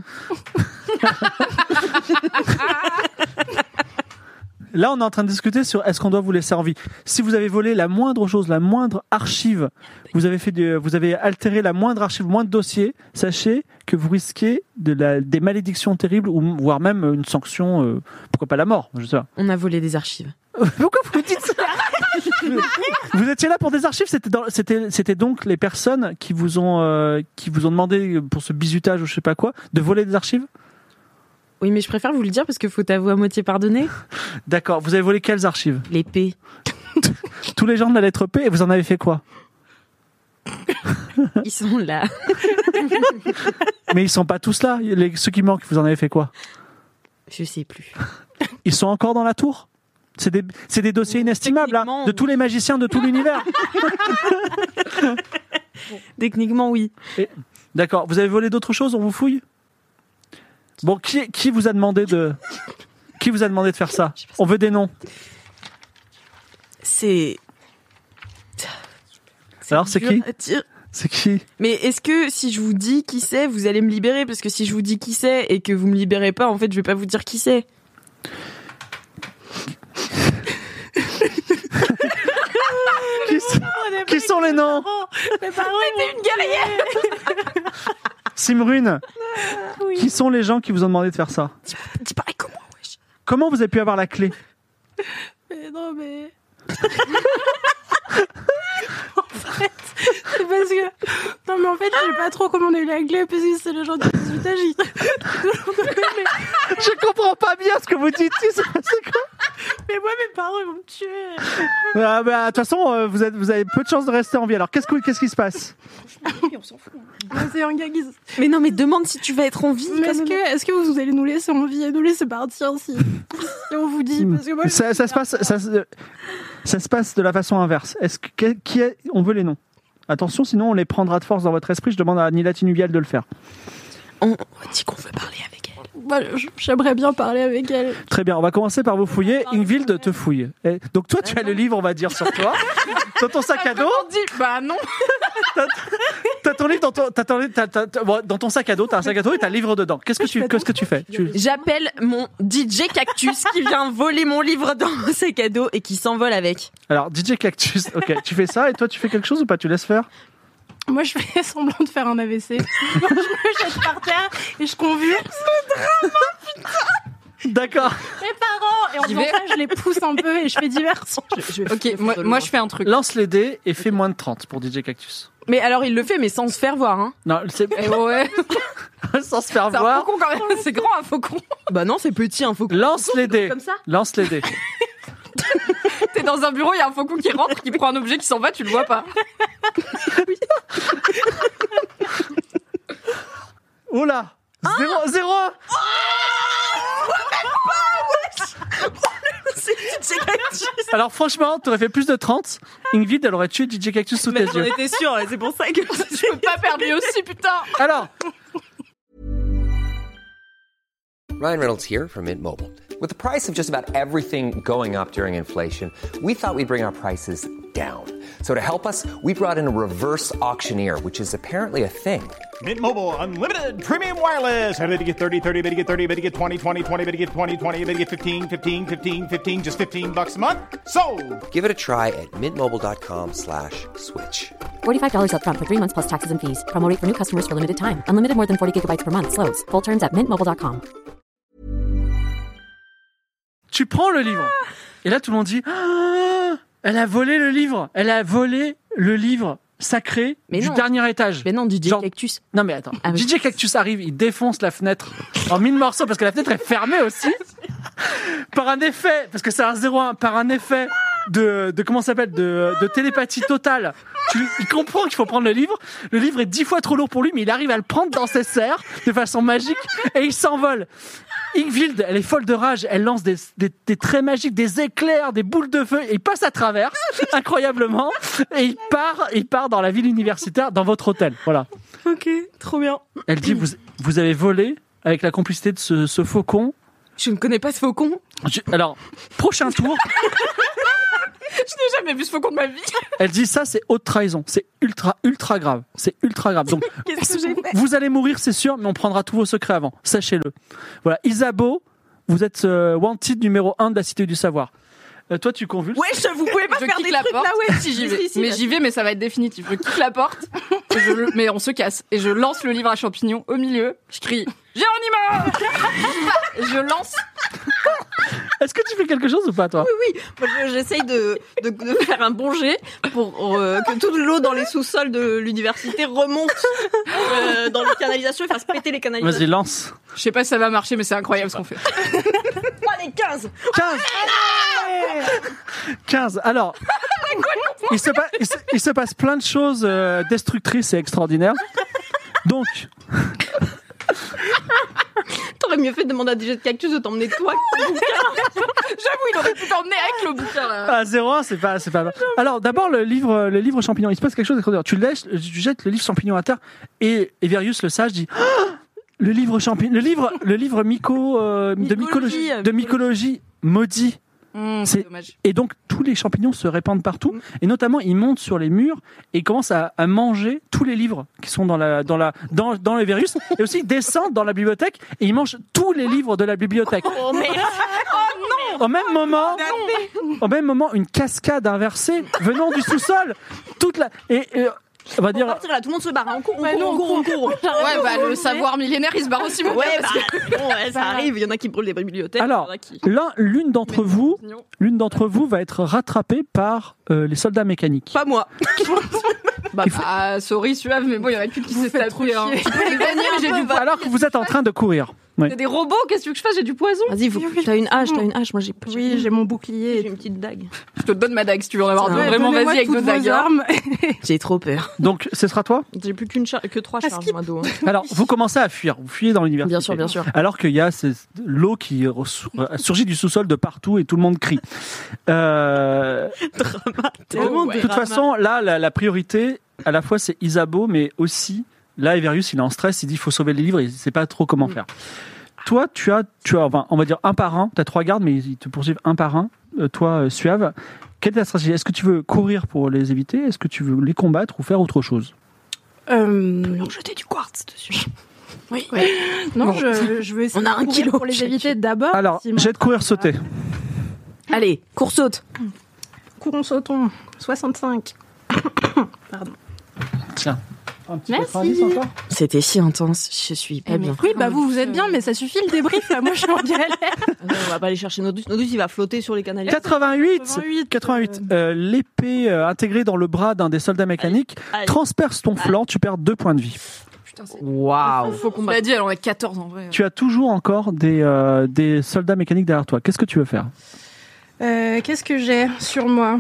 Là, on est en train de discuter sur est-ce qu'on doit vous laisser en vie. Si vous avez volé la moindre chose, la moindre archive, vous avez fait, du- vous avez altéré la moindre archive, le moindre dossier, sachez que vous risquez de la, des malédictions terribles ou voire même une sanction, euh, pourquoi pas la mort, je sais pas. On a volé des archives. Pourquoi vous dites ça? Vous étiez là pour des archives, c'était, dans- c'était, c'était donc les personnes qui vous ont, euh, qui vous ont demandé pour ce bizutage ou je sais pas quoi, de voler des archives? Oui, mais je préfère vous le dire parce que faut t'avouer à moitié pardonner. D'accord, vous avez volé quelles archives? L'épée. Tous les gens de la lettre P, et vous en avez fait quoi? Ils sont là. Mais ils sont pas tous là, les, ceux qui manquent, vous en avez fait quoi? Je sais plus. Ils sont encore dans la tour? C'est des, c'est des dossiers inestimables, hein, Techniquement, de tous les magiciens de tout l'univers. Techniquement, oui. Et- D'accord, vous avez volé d'autres choses, on vous fouille? Bon, qui, qui vous a demandé de, qui vous a demandé de faire ça? On veut des noms. C'est. Alors, c'est dur qui? à dire. C'est qui? Mais est-ce que si je vous dis qui c'est, vous allez me libérer? Parce que si je vous dis qui c'est et que vous me libérez pas, en fait, je vais pas vous dire qui c'est. Qui, sont- qui sont les noms? Mes parents, ils Une guerrière. Simrune, Oui. qui sont les gens qui vous ont demandé de faire ça? Dis pareil comment, wesh. Comment vous avez pu avoir la clé? Mais non, mais. En fait, c'est parce que. Non, mais en fait, je sais pas trop comment on a eu la clé, parce que c'est le genre de résultat, j'ai. Je comprends pas bien ce que vous dites. C'est passé quoi? Mais moi, mes parents, ils vont me tuer. Ah, bah, de toute façon, euh, vous, êtes, vous avez peu de chances de rester en vie. Alors, qu'est-ce, que- qu'est-ce qui se passe? Moi, c'est un gars qui. Mais non, mais demande si tu vas être en vie. Mais quand est-ce même. que, est-ce que vous allez nous laisser en vie et nous laisser partir si, si on vous dit? Parce que moi, ça, ça se passe, ça, se- ça se passe de la façon inverse. Est-ce que, qui- qui est, on veut les noms. Attention, sinon on les prendra de force dans votre esprit. Je demande à Nila Tinuvial de le faire. On on dit qu'on veut parler avec elle. Bah, j- j'aimerais bien parler avec elle. Très bien, on va commencer par vous fouiller. Ingvild te fouille. Et donc toi, tu as le livre, on va dire, sur toi. Dans ton sac à dos. On dit, bah non. T'as ton livre dans ton, t'as ton, t'as- t'as- t'as- bon, dans ton sac à dos. T'as un sac à dos et t'as un livre dedans. Qu'est-ce que tu, qu'est-ce que tu fais? Tu- J'appelle mon D J Cactus qui vient voler mon livre dans mon sac à dos et qui s'envole avec. Alors, D J Cactus, ok, tu fais ça et toi, tu fais quelque chose ou pas? Tu laisses faire? Moi, je fais semblant de faire un A V C. je me jette par terre et je convulse D'accord. mes parents. Et en J'y disant vais. ça, je les pousse un peu et je fais diversion. Ok, moi, moi je fais un truc. Lance les dés et fais moins de trente pour D J Cactus. Mais alors il le fait mais sans se faire voir hein. Non, c'est Eh ouais. sans se faire C'est un voir. faucon quand même. C'est grand un faucon. Bah non, c'est petit un faucon. Lance les dés. Comme ça. Lance les dés. T'es dans un bureau, il y a un faucon qui rentre, qui prend un objet, qui s'en va, tu le vois pas. Oh là. Zéro, zéro. C'est D J Cactus. Alors franchement, t'aurais fait plus de trente. Ingrid, elle aurait tué D J Cactus sous tes Mais j'en yeux. étais sûre, c'est pour ça que Je peux pas perdre lui aussi, putain. Alors, Ryan Reynolds here from Mint Mobile. With the price of just about everything going up during inflation, we thought we'd bring our prices down. So to help us, we brought in a reverse auctioneer, which is apparently a thing. Mint Mobile Unlimited Premium Wireless. How to get thirty, thirty, bit to get thirty, bit to get twenty, twenty, twenty, bit to get twenty, twenty, bit to get fifteen, fifteen, fifteen, fifteen, just fifteen bucks a month? Sold! Give it a try at mintmobile.com slash switch. forty-five dollars upfront for three months plus taxes and fees. Promo rate for new customers for limited time. Unlimited more than forty gigabytes per month. Slows full terms at mint mobile dot com. tu prends le livre. Et là, tout le monde dit ah, elle a volé le livre. Elle a volé le livre sacré Mais du non. dernier étage. Mais non, D J Genre- Cactus. Non mais attends, Ah oui. D J Cactus arrive, il défonce la fenêtre en mille morceaux parce que la fenêtre est fermée aussi. Par un effet, parce que c'est un zéro un, par un effet de, de comment ça s'appelle, de, de télépathie totale. Tu, il comprend qu'il faut prendre le livre. Le livre est dix fois trop lourd pour lui, mais il arrive à le prendre dans ses serres de façon magique et il s'envole. Ingvild, elle est folle de rage, elle lance des, des, des traits magiques, des éclairs, des boules de feu, et il passe à travers, incroyablement, et il part, il part dans la ville universitaire, dans votre hôtel. Voilà. Ok, trop bien. Elle dit, vous, vous avez volé avec la complicité de ce, ce faucon. Je ne connais pas ce faucon. Je- alors, prochain tour, Je n'ai jamais vu ce faucon de ma vie. elle dit, ça c'est haute trahison, c'est ultra, ultra grave, c'est ultra grave. Donc, Qu'est-ce que j'ai fait? vous allez mourir, c'est sûr, mais on prendra tous vos secrets avant. Sachez-le. Voilà. Isabeau, vous êtes euh, wanted numéro un de la Cité du Savoir. Euh, toi, tu convulses. Wesh, vous pouvez pas Je faire kick des la trucs porte. là, ouais. Si j'y vais. Si, si, mais là. j'y vais, mais ça va être définitif. Je kick la porte, et je le- mais on se casse. Et je lance le livre à champignons au milieu. Je crie Géronimo. Et je lance. Est-ce que tu fais quelque chose ou pas, toi? Oui, moi, je- j'essaye de, de, de faire un bon jet pour euh, que toute l'eau dans les sous-sols de l'université remonte euh, dans les canalisations et fasse péter les canalisations. Vas-y, lance. Je sais pas si ça va marcher, mais c'est incroyable ce qu'on fait. Allez, quinze quinze quinze Alors, il se, pa- il, se, il se passe plein de choses euh, destructrices et extraordinaires. Donc, T'aurais mieux fait de demander à D J de Cactus de t'emmener toi. J'avoue, il aurait pu t'emmener avec le bouquin. Là. à zéro un, c'est pas, c'est pas. Alors, d'abord, le livre, le livre champignon. Il se passe quelque chose d'extraordinaire. Tu, lèches, tu jettes le livre champignon à terre et Everius, le sage, dit ah le livre champignon, le livre, le livre myco, euh, de mycologie, Mycologie, de mycologie maudit. Mmh, C'est- c'est dommage. Et donc, tous les champignons se répandent partout. Et notamment, ils montent sur les murs et ils commencent à, à manger tous les livres qui sont dans la, dans la, dans, dans les virus. Et aussi, ils descendent dans la bibliothèque et ils mangent tous les livres de la bibliothèque. Oh merde. Au même moment, au même moment, une cascade inversée venant du sous-sol. Toute la, et, et, on va On va dire, partir là, tout le monde se barre. On court, on Ouais, court, non, on court, on court. Ouais, bah, le savoir millénaire, il se barre aussi, mon Ouais, gars, bah, parce que- bon, ouais, ça arrive. Il y en a qui brûlent des bibliothèques. alors, il y en a qui... l'un, l'une d'entre vous, l'une d'entre vous va être rattrapée par euh, les soldats mécaniques. Pas moi. Bah, bah, sorry, suave, mais bon, il y en a plus qui s'est faites trop tapé. Hein. chier. Tu peux les gagner, mais j'ai du poison. Alors que vous êtes en train de courir. Oui. C'est des robots, qu'est-ce que tu veux que je fasse? J'ai du poison. Vas-y, faut... t'as une hache, t'as une hache. Moi, j'ai Oui, j'ai mon bouclier. j'ai une petite dague. Je te donne ma dague si tu veux en avoir deux. Ouais, Vraiment, donnez-moi vas-y avec toutes deux vos dagues. hein. armes. J'ai trop peur. Donc, ce sera toi. J'ai plus qu'une char... que trois Ah, charges, skip. moi, d'eau. hein. Alors, vous commencez à fuir. Vous fuyez dans l'université. Bien sûr, bien sûr. Alors qu'il y a ces- l'eau qui ressou- euh, surgit du sous-sol de partout et tout le monde crie. Euh, Tellement de toute façon, là, la, la priorité, à la fois, c'est Isabeau, mais aussi, là, Everius, il est en stress, il dit il faut sauver les livres, il ne sait pas trop comment faire. Toi, tu as, tu as, enfin, on va dire un par un, tu as trois gardes, mais ils te poursuivent un par un. Euh, toi, euh, Suave, quelle est ta stratégie? Est-ce que tu veux courir pour les éviter? Est-ce que tu veux les combattre ou faire autre chose? Euh, Jeter du quartz dessus. oui. Non, je, je veux essayer On a de un courir kilo pour les chacun. éviter d'abord. Alors, si mon- j'ai de courir sauter. Allez, cours saute. Courons sautons. soixante-cinq. Pardon. Tiens. Un petit Merci. quatre-vingt-dix encore. C'était si intense, je suis pas bien. Oui, bah vous, vous êtes bien, mais ça suffit le débrief. Là, moi, je suis en galère. On va pas aller chercher Nodus. Nodus, il va flotter sur les canalisations. quatre-vingt-huit. quatre-vingt-huit. quatre-vingt-huit. Euh, l'épée euh, intégrée dans le bras d'un des soldats mécaniques Allez. transperce ton flanc, tu perds deux points de vie. Putain, c'est. Waouh. Faut qu'on l'a dit, elle en a quatorze en vrai. Tu as toujours encore des, euh, des soldats mécaniques derrière toi. Qu'est-ce que tu veux faire? Euh, Qu'est-ce que j'ai sur moi?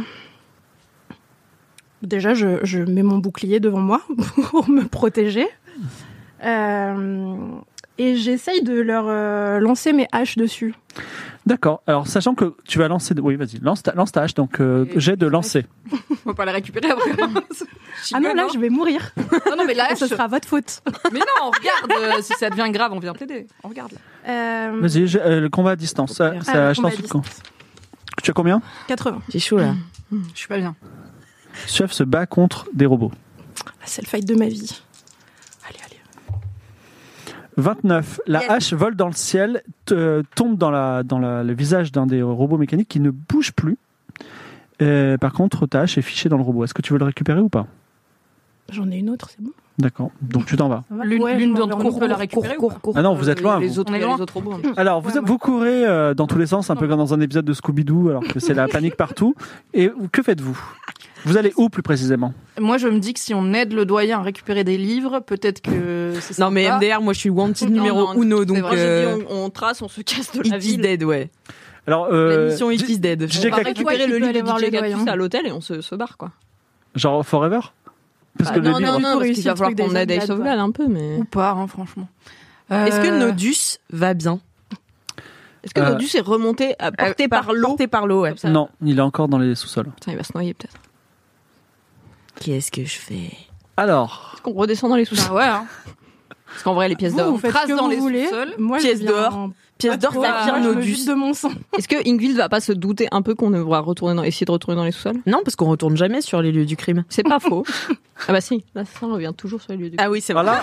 Déjà, je, je mets mon bouclier devant moi pour me protéger. Euh, et j'essaye de leur euh, lancer mes haches dessus. D'accord. Alors, sachant que tu vas lancer... Oui, vas-y, lance ta, lance ta hache. Donc, euh, Et- j'ai de lancer. On va pas la récupérer après. Ah non, là, je vais mourir. Non, non, mais là, Et ce sera votre faute. Mais non, regarde, euh, si ça devient grave, on vient t'aider. On regarde là. Euh, Vas-y, j'ai- euh, le combat à distance. Ça, ah, ça, le je combat lance à le camp. distance. Tu as combien? quatre-vingts. J'ai chaud là. Je suis pas bien. Suave se bat contre des robots. Ah, c'est le fight de ma vie. Allez, allez. vingt-neuf. La Yes. hache vole dans le ciel, te- tombe dans, la, dans la- le visage d'un des robots mécaniques qui ne bouge plus. Euh, par contre, ta hache est fichée dans le robot. Est-ce que tu veux le récupérer ou pas? J'en ai une autre, c'est bon. D'accord. Donc tu t'en vas. Ça va L'une Ouais, l'une je m'en d'entre vais nous en peut la cours. récupérer ou pas Ah non, vous êtes loin, Les vous. autres, On est il y a loin. les autres robots. Alors, vous, Ouais, vous courez euh, dans tous les sens, un peu comme dans un épisode de Scooby-Doo, alors que c'est la panique partout. Et que faites-vous? Vous allez où plus précisément? Moi, je me dis que si on aide le doyen à récupérer des livres, peut-être que c'est Non, mais sympa. M D R, moi je suis wanted Non, numéro non, uno, c'est donc vrai. euh, On, on trace, on se casse de la It is ville. dead, ouais. Alors, La euh, mission It J- is dead. J J On va Cactus- récupérer Toi, le tu peux livre aller de voir D J le Cactus doyen. à l'hôtel et on se, se barre, quoi. genre Forever? Parce Bah, que non, le livre... non, non, parce qu'il réussir va le falloir truc qu'on des aide à Zodblades, Sauvegarde un peu, mais... Ou pas, hein, franchement. Est-ce que Euh, Nodus va bien? Est-ce que Euh, Nodus est remonté, euh, porté Euh, par, l'eau Porté par l'eau, ouais. Comme ça. Non, il est encore dans les sous-sols. Putain, il va se noyer peut-être. Qu'est-ce que je fais? Alors, Est-ce qu'on redescend dans les sous-sols? Bah ouais. Hein. Parce qu'en vrai, les pièces Vous, d'or. vous faites trace ce que dans vous les voulez. sous-sols. Moi, Pièces je viens d'or. en- Pièce pas d'or, trop, ça euh, vient je me Nodus. vide de mon sang. Est-ce que Ingvild va pas se douter un peu qu'on va retourner dans, essayer de retourner dans les sous-sols? Non, parce qu'on retourne jamais sur les lieux du crime. C'est pas faux. Ah bah si, là ça revient toujours sur les lieux du Ah oui, c'est vrai. voilà.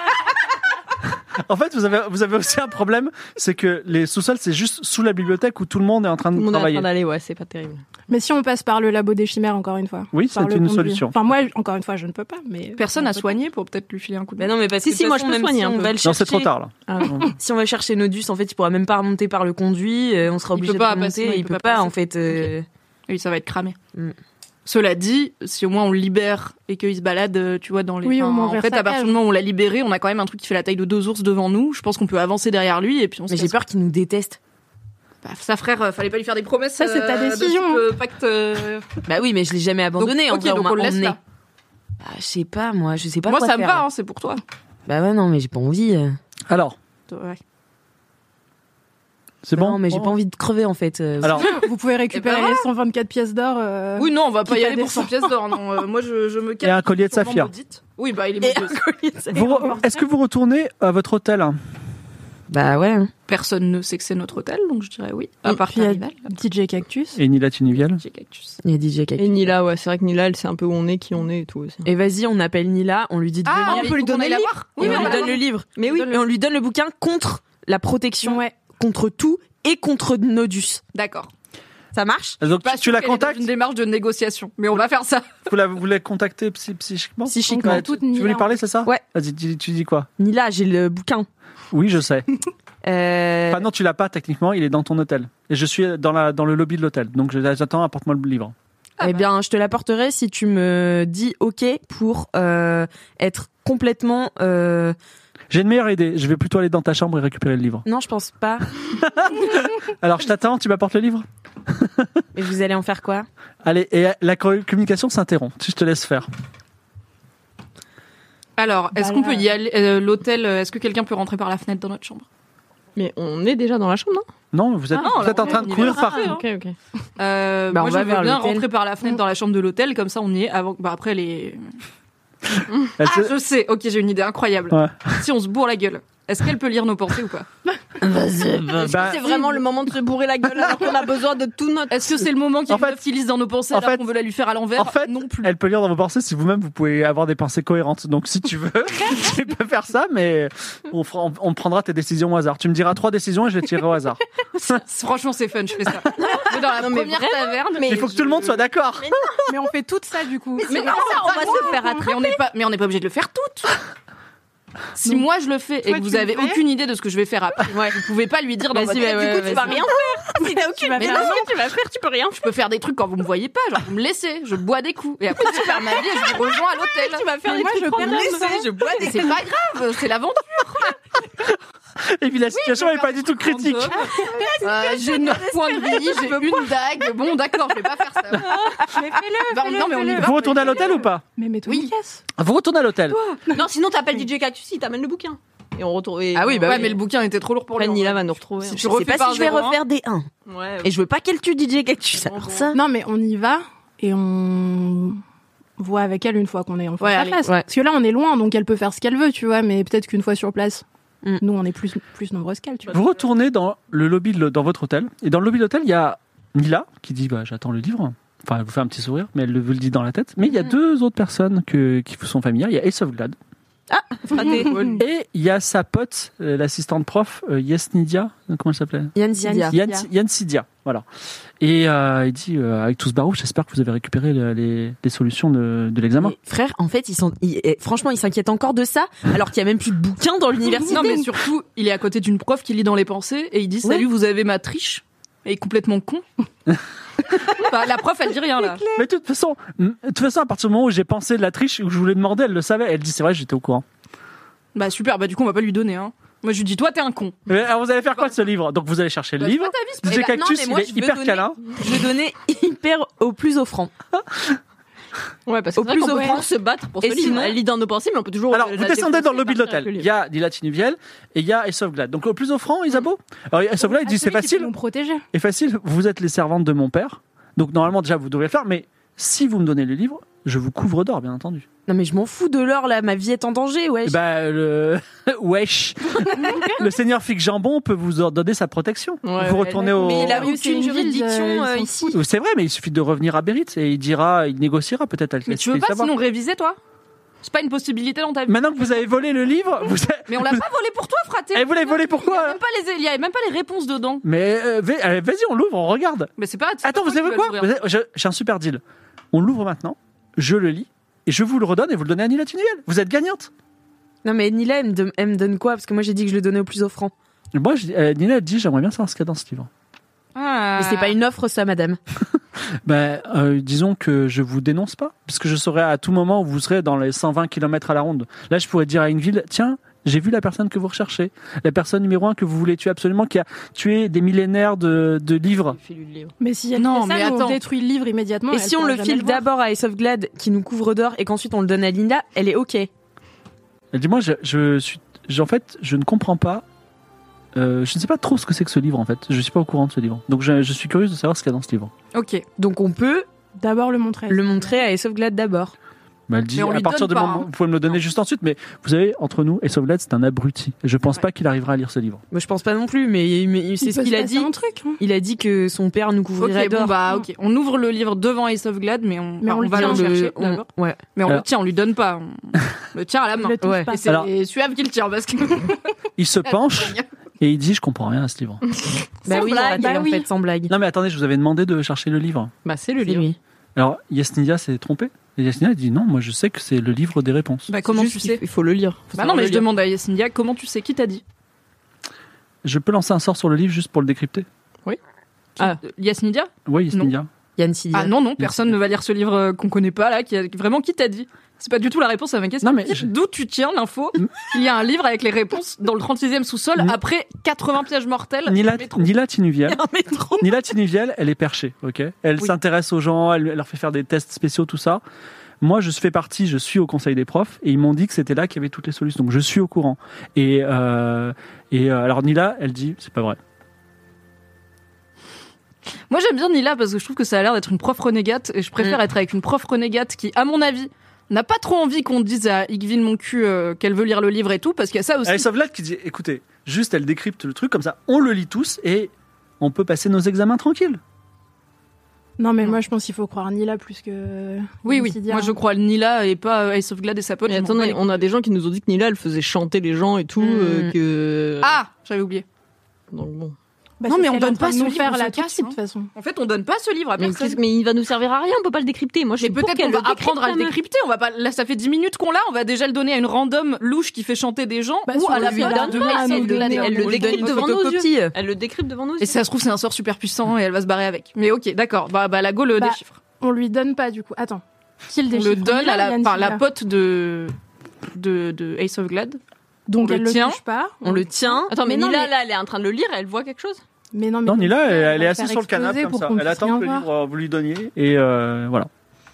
En fait, vous avez, vous avez aussi un problème, c'est que les sous-sols, c'est juste sous la bibliothèque où tout le monde est en train Tout de le monde est en travailler. train d'aller, ouais, c'est pas terrible. Mais si on passe par le labo des chimères, encore une fois. Oui, par c'est le une conduit. solution. Enfin, moi, encore une fois, je ne peux pas, mais. Personne on n'a peut- soigné pour peut-être lui filer un coup de Bah non, mais parce Si, que si, de moi, toute je façon, peux même soigner si un on peu. va le Non, c'est chercher- trop tard là. Ah, Si on va chercher Nodus, en fait, il pourra même pas remonter par le conduit. euh, On sera Il obligé peut de pas remonter. passer, et il il peut peut pas pas, passer. en fait. euh, Oui, ça va être cramé. Mm. Cela dit, si au moins on le libère et qu'il se balade, euh, tu vois, dans les. Oui, au enfin, moins en vers fait, sa à partir cage. du moment où on l'a libéré, on a quand même un truc qui fait la taille de deux ours devant nous. Je pense qu'on peut avancer derrière lui et puis on se Mais j'ai casse. peur qu'il nous déteste. Bah, sa frère, euh, fallait pas lui faire des promesses. Ça, c'est ta euh, de décision, type, euh, pacte. euh, Bah oui, mais je l'ai jamais abandonné. Donc, En ok, vrai, donc on on m'a le laisse emmené. là. Bah, je sais pas, moi, je sais pas Moi, quoi ça me faire. va, hein, c'est pour toi. Bah ouais, non, mais j'ai pas envie. euh. Alors, Ouais. c'est bon. Non, mais j'ai pas envie de crever, en fait. euh. Alors, Vous pouvez récupérer Eh ben les cent vingt-quatre pièces d'or. euh, Oui, non, on va pas Quitte y à aller pour cent descendre. pièces d'or. Non, euh, moi, je, je me calme. Et un collier de Sûrement saphir. maudite. Oui, bah, il est Et maudit. un collier de saphir. vous re- est-ce que vous retournez à votre hôtel? Bah ouais. hein. Personne ne sait que c'est notre hôtel, donc je dirais oui. À Et part puis, il y a Carival. D J Cactus. Et Nila Tuniviel? J'ai cactus. Il y a D J Et Cactus. Nila, ouais, c'est vrai que Nila, elle sait un peu où on est, qui on est et tout aussi. Et vas-y, on appelle Nila, on lui dit de Ah, venir. on peut lui donner le livre. Et on lui donne le livre. Mais oui. Et on lui donne le bouquin contre la protection, Ouais. contre tout et contre Nodus. D'accord. Ça marche? Donc Pas tu, tu sûr la qu'elle est dans contactes? une démarche de négociation, mais on va faire ça. Vous la, vous la contactez psy- psychiquement? Psychiquement. Ouais, Toute tu, tu veux Nila, lui parler, c'est ça? Ouais. Vas-y, tu, tu dis quoi? Nila, j'ai le bouquin. Oui, je sais. Euh... Enfin non, tu l'as pas techniquement, il est dans ton hôtel. Et je suis dans, la, dans le lobby de l'hôtel. Donc je- j'attends, apporte-moi le livre. Eh bien, je te l'apporterai si tu me dis OK pour euh, être complètement. Euh... J'ai une meilleure idée, je vais plutôt aller dans ta chambre et récupérer le livre. Non, je pense pas. Alors je t'attends, tu m'apportes le livre? Et vous allez en faire quoi? Allez, et la co- communication s'interrompt. Je te laisse faire. Alors, est-ce Bah qu'on là- peut y aller euh, l'hôtel, euh, est-ce que quelqu'un peut rentrer par la fenêtre dans notre chambre? Mais on est déjà dans la chambre, non? Non, vous êtes, Ah non, vous alors êtes en on train est- de on y courir va. partout. Ah, Ok, ok. Euh, Bah, moi, on je va veux vers bien l'hôtel. rentrer par la fenêtre dans la chambre de l'hôtel, comme ça on y est avant. Bah après les. Elle Ah, se- je sais. Ok, j'ai une idée incroyable. Ouais. Si on se bourre la gueule, est-ce qu'elle peut lire nos pensées ou pas? Vas-y, Bah, C'est vraiment le moment de se bourrer la gueule alors qu'on a besoin de tout notre. Est-ce que c'est le moment qu'il y a En une fait- meuf qui lise dans nos pensées en alors fait- qu'on veut la lui faire à l'envers? En fait, non plus. elle peut lire dans vos pensées si vous-même vous pouvez avoir des pensées cohérentes. Donc si tu veux, tu peux faire ça, mais on, fera- on, on prendra tes décisions au hasard. Tu me diras trois décisions et je les tirerai au hasard. Franchement, c'est fun. Je fais ça. Je vais dans la Non, mais première vraiment, taverne. mais Il faut que tout le monde soit d'accord. Mais on fait tout ça, du coup. Mais non, on va se faire mais on n'est pas, mais on n'est pas obligé de le faire toutes. Si moi je le fais et toi, que vous tu le avez fais aucune idée de ce que je vais faire après, vous pouvez pas lui dire dans Vas-y, votre bah tête, ouais, du coup, tu vas vas-y. rien faire. Si t'as aucune vas mais faire non, non. ce que tu vas faire, tu peux rien. Je peux faire des trucs quand vous me voyez pas, genre vous me laissez, je bois des coups et après je perds ma vie et je vous rejoins à l'hôtel. Tu vas faire Mais des moi, trucs je random. perds je bois Mais c'est pas grave, c'est l'aventure. Et puis la situation n'est pas du tout critique. Euh, j'ai neuf points de vie, j'ai une dague. Bon, d'accord, je vais pas faire ça. Mais fais-le, Bah, fais-le, non, mais on y fais-le. va. Vous retournez à l'hôtel ou pas? Mais mets-toi Oui. une caisse. Vous retournez à l'hôtel. Non, sinon t'appelles D J Cactus, il t'amène le bouquin. Et on retrouve. et- Ah oui, bah Ouais, oui. mais le bouquin était trop lourd pour Après, lui. Nila va nous retrouver. Si hein. tu Je sais refais pas par si je vais zéro un. refaire des un. Ouais. Et je veux pas qu'elle tue D J Cactus alors ça. Non, mais on y va et on voit avec elle une fois qu'on est en face Ouais, à allez, face. ouais. Parce que là, on est loin, donc elle peut faire ce qu'elle veut, tu vois, mais peut-être qu'une fois sur place, Mm. nous, on est plus, plus nombreuses qu'elle, tu vois. Vous retournez dans le lobby de, le- dans votre hôtel. Et dans le lobby de l'hôtel, il y a Nila qui dit bah, j'attends le livre. Enfin, elle vous fait un petit sourire, mais elle le- vous le dit dans la tête. Mais il y a deux autres personnes que, qui vous sont familières. Il y a Ace of Glad. Fraté. Et il y a sa pote, euh, l'assistante prof, euh, Yesnidia. Comment elle s'appelait? Yann Sidia. Yann- Yann, Yann Sidia, voilà. Et euh, il dit, euh, avec tout ce barouf, j'espère que vous avez récupéré le- les, les solutions de, de l'examen. Mais frère, en fait, ils sont, ils- eh, franchement, ils s'inquiètent encore de ça, alors qu'il y a même plus de bouquins dans l'université. Non, mais surtout, il est à côté d'une prof qui lit dans les pensées et il dit salut, vous avez ma triche. Et il est complètement con. Enfin, la prof, elle dit rien là. Mais de toute façon, de toute façon, à partir du moment où j'ai pensé de la triche, où je voulais demander, elle le savait. Elle dit, c'est vrai, j'étais au courant. Bah super, bah du coup, on va pas lui donner. Hein. Moi, je lui dis, toi, t'es un con. Mais alors, vous allez faire quoi de ce livre? Donc, vous allez chercher le Bah, livre. c'est pas ta vie, D J Eh ben, non, Cactus, mais moi, il est je veux hyper donner- câlin. Je vais donner hyper au plus offrant. Ouais, parce que Au c'est vrai plus qu'on peut offrant. toujours se battre pour Et ce livre. sinon- Elle lit dans nos pensées, mais on peut toujours. Alors, la vous descendez dans le lobby de défoncer, l'hôtel. partir avec le Il y a Nila Tinuviel et il y a Ace of Glad. Donc, le plus offrant, Isabeau. Alors, Ace of Glad, il dit c'est Celui qui peut facile. nous protéger. Et facile, vous êtes les servantes de mon père. Donc, normalement, déjà, vous devriez le faire. Mais si vous me donnez le livre, je vous couvre d'or, bien entendu. Non, mais je m'en fous de l'or, là. Ma vie est en danger, ouais. Eh ben, le... Wesh. Le seigneur Fig Jambon peut vous donner sa protection. Ouais, vous ouais, retournez au... Mais il a Oui, c'est aucune une ville, juridiction euh, ils euh, s'en ici. C'est vrai, mais il suffit de revenir à Bérith et il dira, il négociera peut-être avec Mais la tu veux cité pas savoir. sinon réviser, toi? C'est pas une possibilité dans ta vie. Maintenant que vous avez volé le livre, vous avez... Mais on l'a vous... pas volé pour toi, fraté. Et vous l'avez volé Il y a pourquoi même pas les, il y a même pas les réponses dedans. Mais euh, va- allez, vas-y, on l'ouvre, on regarde. Mais c'est pas. c'est Attends, pas vous toi savez qui quoi vas l'ouvrir. Vous avez- je- J'ai un super deal. On l'ouvre maintenant, je le lis, et je vous le redonne et vous le donnez à Nila Tinuviel. Vous êtes gagnante. Non, mais Nila, elle me, don- elle me donne quoi? Parce que moi, j'ai dit que je le donnais au plus offrant. Moi, je, euh, Nila elle dit, j'aimerais bien savoir ce qu'il y a dans ce livre. Ah. Mais c'est pas une offre, ça, madame. Ben, euh, disons que je vous dénonce pas, parce que je saurai à tout moment où vous serez dans les cent vingt kilomètres à la ronde. Là, je pourrais dire à une ville, tiens, j'ai vu la personne que vous recherchez, la personne numéro un que vous voulez tuer absolument, qui a tué des millénaires de, de livres. Mais si elle Non, fait ça, mais nous, on attends. détruit le livre immédiatement. Et elle si on pourra le jamais file voir. d'abord à Ace of Glad, qui nous couvre d'or, et qu'ensuite on le donne à Linda, elle est OK. Elle dit, moi, je, je suis, je- en fait, je ne comprends pas. Euh, je ne sais pas trop ce que c'est que ce livre, en fait. Je suis pas au courant de ce livre. Donc, je, je suis curieuse de savoir ce qu'il y a dans ce livre. Ok. Donc on peut D'abord le montrer. le montrer à Ace of Glad d'abord. Mais elle dit, Mais on à lui partir donne du pas, moment, hein. vous pouvez me le donner juste ensuite, mais vous savez, entre nous, Ace of Glad, c'est un abruti. Et je pense Ouais. pas qu'il arrivera à lire ce livre. Moi, je pense pas non plus, mais, mais Il c'est ce peut qu'il se a passer dit. un truc. hein. Il a dit que son père nous couvrirait Ok, d'or. bon bah ok. On ouvre le livre devant Ace of Glad, mais on, Mais enfin, on le va tient, le on chercher on- d'abord. ouais. Mais on Alors- le tient, on lui donne pas. On le tient à la Il main. le touche Ouais. pas. Et c'est Alors- Suave qui le tient parce que. Il se penche et il dit, je comprends rien à ce livre. Bah Sans oui, blague, Raquel, bah en oui. fait, sans blague. Non, mais attendez, je vous avais demandé de chercher le livre. Bah, c'est le C'est livre. lui. Alors, Yasnidia s'est trompée. Et Yasnidia dit, non, moi, je sais que c'est le livre des réponses. Bah comment Juste tu qu'il- sais? Il faut le lire. Faut Bah savoir non, mais le je lire. demande à Yasmindia comment tu sais qui t'a dit. Je peux lancer un sort sur le livre juste pour le décrypter? Ah. Yasmindia? Oui, Yasnidia. Yann Sidia. Ah non non, personne ne va lire ce livre euh, qu'on connaît pas là. Qui a... Vraiment qui t'a dit? C'est pas du tout la réponse à ma question. Non, mais Dis- je- D'où tu tiens l'info qu'il y a un livre avec les réponses dans le trente-sixième sous-sol Ni- après quatre-vingts pièges mortels? Nila, dans le métro. Nila Tinuviel. Un métro. Nila Tinuviel, elle est perchée, ok. Elle Oui. s'intéresse aux gens, elle, elle leur fait faire des tests spéciaux, tout ça. Moi, je fais partie, je suis au conseil des profs, et ils m'ont dit que c'était là qu'il y avait toutes les solutions. Donc, je suis au courant. Et, euh, et euh, alors, Nila, elle dit, c'est pas vrai. Moi j'aime bien Nila parce que je trouve que ça a l'air d'être une prof renégate et je préfère Mm. être avec une prof renégate qui, à mon avis, n'a pas trop envie qu'on dise à Igvin mon cul euh, qu'elle veut lire le livre et tout parce qu'il y a ça aussi. Elle sauve là qui dit, écoutez, juste, elle décrypte le truc comme ça, on le lit tous, et on peut passer nos examens tranquilles. Non, mais moi, je pense qu'il faut croire Nila plus que. Oui, oui. Lucidia. Moi, je crois Nila et pas euh, Ace of Glad et sa pote. Mais je m'en attendez, bats les- on a des gens qui nous ont dit que Nila, elle faisait chanter les gens et tout, Mm. euh, que. Ah, j'avais oublié. Donc bon. Bah, Non, c'est mais ce on qu'elle est donne en train pas de ce nous livre, faire on là se tout de casse, suite, de hein. toute façon. En fait, on donne pas ce livre à Mais, personne. qu'est-ce- mais il va nous servir à rien, on peut pas le décrypter. Moi, je Mais suis pour peut-être qu'elle qu'on va le décrypte apprendre à le quand même. décrypter. On va pas. Là, ça fait dix minutes qu'on l'a. On va déjà le donner à une random louche qui fait chanter des gens Bah, ou sur à la lui, pote là, de pas à Ace nous of Glad. donner. Elle le On lui donne décrypte une devant nos yeux. photocopie. Elle le décrypte devant nos yeux. Et si ça se trouve, c'est un sort super puissant et elle va se barrer avec. Mais ok, d'accord. Bah, bah la go le Bah, déchiffre. On lui donne pas, du coup. Attends. Qui le On déchiffre le donne Nila à la, ou Yann enfin, la Sidia pote de, de, de Ace of Glad. Donc on elle le le tient. touche pas. On le tient. Attends, mais, Mais non, Nila, mais- là, elle est en train de le lire, elle voit quelque chose? Mais non, mais Non, comme Nila, ça, elle, va elle est le assise faire sur le canapé exploser comme pour ça. qu'on Elle puisse attend rien que le voir. livre, euh, vous lui donniez, et euh, voilà.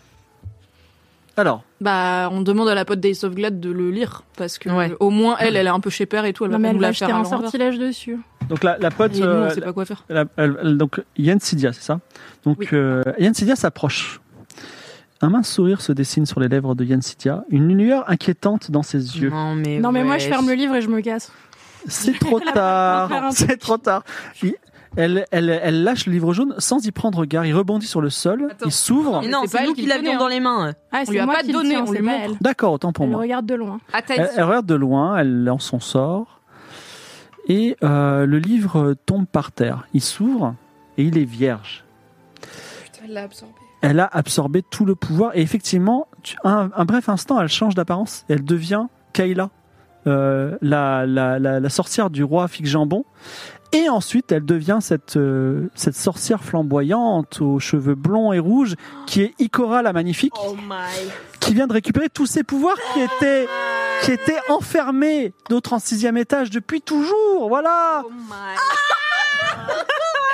Alors, Bah, on demande à la pote d'Ace of Glad de le lire parce que Ouais. euh, au moins elle, elle est un peu chez père et tout. Elle Non, va mais pas elle nous va la jeter faire à un l'envers. sortilège dessus. donc la, la pote, Et nous, on euh, sait pas quoi faire. la- elle- elle- donc Yann Sidia, c'est ça. Donc Oui. euh, Yann Sidia s'approche. Un mince sourire se dessine sur les lèvres de Yann Sidia, une lueur inquiétante dans ses yeux. Non, mais. Non, mais moi, je wesh. ferme le livre et je me casse. C'est trop Elle a pas tard. le temps de faire un C'est truc. trop tard. Il- Elle, elle, elle lâche le livre jaune sans y prendre garde. Il rebondit sur le sol. Attends. Il s'ouvre. Mais non, C'est c'est pas nous elle qui qui le l'avions connaît, dans les mains. Ah, lui c'est a moi pas qui le donné, tiens, on c'est lui pas montre. elle. D'accord, autant pour Elle moi. regarde de loin. À ta Elle, elle regarde de loin. Elle lance son sort. Et euh, le livre tombe par terre. Il s'ouvre et il est vierge. Putain, elle l'a absorbé. Elle a absorbé tout le pouvoir. Et effectivement, tu- un, un bref instant, elle change d'apparence. Elle devient Kayla, euh, la, la, la, la sorcière du roi Fig Jambon. Et ensuite, elle devient cette, euh, cette sorcière flamboyante aux cheveux blonds et rouges qui est Ikora la magnifique, Oh my. qui vient de récupérer tous ses pouvoirs qui étaient, qui étaient enfermés au trente-sixième étage depuis toujours. Voilà. Oh my.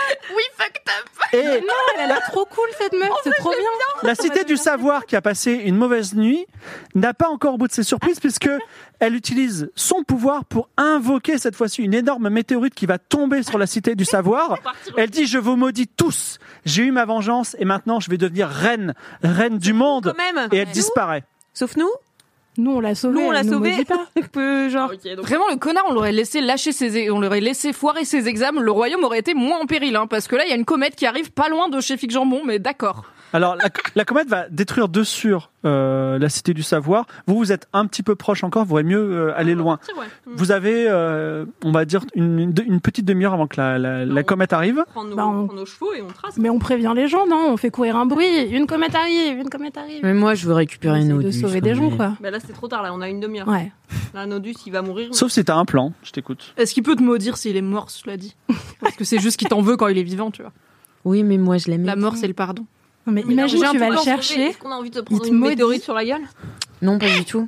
Oui, fucked up. Et Non, elle a l'air trop cool cette meuf, c'est trop bien. la Cité du Savoir, qui a passé une mauvaise nuit, n'a pas encore au bout de ses surprises, puisque elle utilise son pouvoir pour invoquer cette fois-ci une énorme météorite qui va tomber sur la Cité du Savoir. Elle dit: je vous maudis tous, j'ai eu ma vengeance et maintenant je vais devenir reine, reine du monde. Quand même. Et elle disparaît. Sauf nous. Nous, on l'a sauvé. Nous, on l'a elle nous sauvé. maudit pas. Peu genre. Vraiment, le connard, on l'aurait laissé lâcher ses, on l'aurait laissé foirer ses examens. Le royaume aurait été moins en péril, hein, parce que là, il y a une comète qui arrive pas loin de chez Fig Jambon, mais d'accord. Alors, la, la comète va détruire de sûr euh, la Cité du Savoir. Vous, vous êtes un petit peu proche encore, vous pourrez mieux euh, aller loin. Vous avez, euh, on va dire, une, une, une petite demi-heure avant que la, la, la comète arrive. On prend nos, Bah, on- on prend nos chevaux et on trace. Mais on prévient les gens, non? On fait courir un bruit. Une comète arrive, une comète arrive. Mais moi, je veux récupérer On essaie Nodus. de sauver des gens, quoi. Bah là, c'est trop tard. Là, on a une demi-heure. Ouais. Là, Nodus, il va mourir. Sauf si t'as un plan, je t'écoute. Est-ce qu'il peut te maudire s'il est mort, cela dit? Parce que c'est juste qu'il t'en veut quand il est vivant, tu vois. Oui, mais moi, je l'aime. La mort, c'est le pardon. Non, mais Mais imagine, non, tu j'ai un vas le peu sauvé. chercher. Est-ce qu'on a envie de prendre te une maudit. météorite sur la gueule? Non, pas du tout.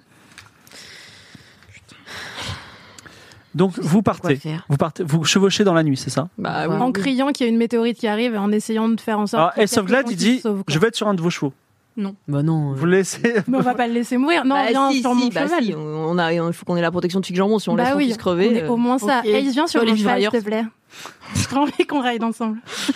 Donc, vous partez. faire Vous partez, vous chevauchez dans la nuit, c'est ça? Bah Ouais. oui. En criant qu'il y a une météorite qui arrive et en essayant de faire en sorte. Alors, qu'il y ait El Sauveglade, quelques il gens qui dit: se sauvent, quoi. je vais être sur un de vos chevaux. Bah non. Vous le laissez. Mais on va pas le laisser mourir. Non, Bah viens si, sur si, mon bah cheval. si, on a, il faut qu'on ait la protection de Fig Jambon. Si on Bah laisse son oui, fils crever. on est euh, au moins ça. ok. Et il vient sur Faut mon aller vivre cheval, s'il ailleurs. te plaît. J'ai envie qu'on ride ensemble.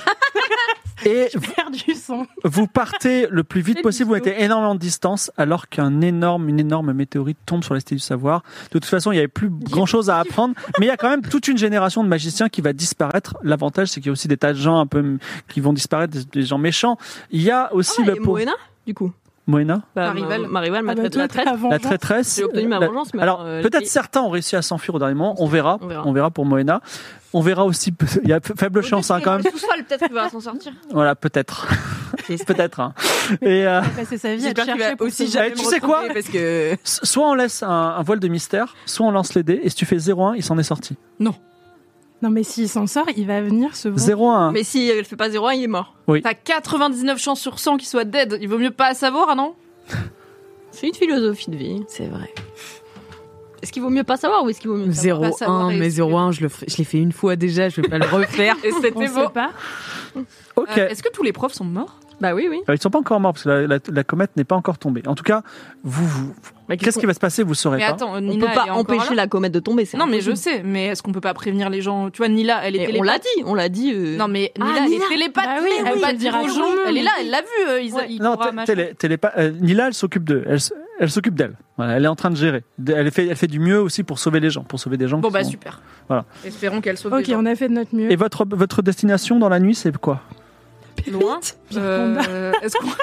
Et Faire du son. vous partez le plus vite C'est possible, vous bisous. mettez énormément de distance, alors qu'un énorme, une énorme météorite tombe sur la Cité du Savoir. De toute façon, il n'y avait plus grand chose à apprendre, mais il y a quand même toute une génération de magiciens qui va disparaître. L'avantage, c'est qu'il y a aussi des tas de gens un peu m- qui vont disparaître, des, des gens méchants. Il y a aussi Ah, le et pot. Moena, du coup. Moena, Bah, Marival. ma- Marival, ma Ah bah, traite, toi, la t'as traite. la la vengeance. traîtresse. J'ai obtenu ma La- vengeance, mais Alors, alors, euh, peut-être les- certains ont réussi à s'enfuir au dernier moment. On verra. On verra. On verra pour Moena. On verra aussi. Il y a faible chance, hein, quand même. Tout seul, peut-être qu'il va s'en sortir. Voilà, peut-être. peut-être. Hein. Et euh, Il a passé sa vie à te J'espère qu'il chercher va pour aussi se- jamais tu me sais quoi retrouver, parce que s- soit on laisse un, un voile de mystère, soit on lance les dés. Et si tu fais zéro un, il s'en est sorti. Non, mais s'il s'en sort, il va venir se venger. zéro un. mais si elle fait pas zéro un, il est mort. T'as quatre-vingt-dix-neuf chances sur cent qu'il soit dead. Il vaut mieux pas savoir, ah non? C'est une philosophie de vie. C'est vrai. Est-ce qu'il vaut mieux pas savoir ou est-ce qu'il vaut mieux savoir pas savoir zéro un, et mais est-ce zéro un, que- je le ferai- je l'ai fait une fois déjà, je vais pas le refaire. Et On c'était sait beau. pas. Ok. Euh, Est-ce que tous les profs sont morts? Bah oui, oui. Alors, ils sont pas encore morts parce que la, la- la comète n'est pas encore tombée. En tout cas, vous, vous Bah, qu'est-ce qui va se passer, vous saurez Mais pas. attends, On Nila, peut elle pas est encore empêcher là la comète de tomber. c'est Non, mais je impossible. sais. Mais est-ce qu'on peut pas prévenir les gens? Tu vois, Nila, elle est Et télépathe. on l'a dit, on l'a dit. euh, Non, mais Ah, Nila, elle Nila. est télépathe. Bah oui, elle elle peut pas le dire dira aux à gens. tout le monde. Elle est là, elle l'a vu. euh, Ils, Ouais. ils Non, pourra té- machin. télé- télépa- euh, Nila, elle s'occupe d'eux. Elle, s- elle s'occupe d'elle. Voilà, elle est en train de gérer. Elle fait, elle fait du mieux aussi pour sauver les gens, pour sauver des gens. Bon, qui bah sont- super. Voilà. Espérons qu'elle sauve Ok, les gens. on a fait de notre mieux. Et votre votre destination dans la nuit, c'est quoi? Loin. Euh, Est-ce qu'on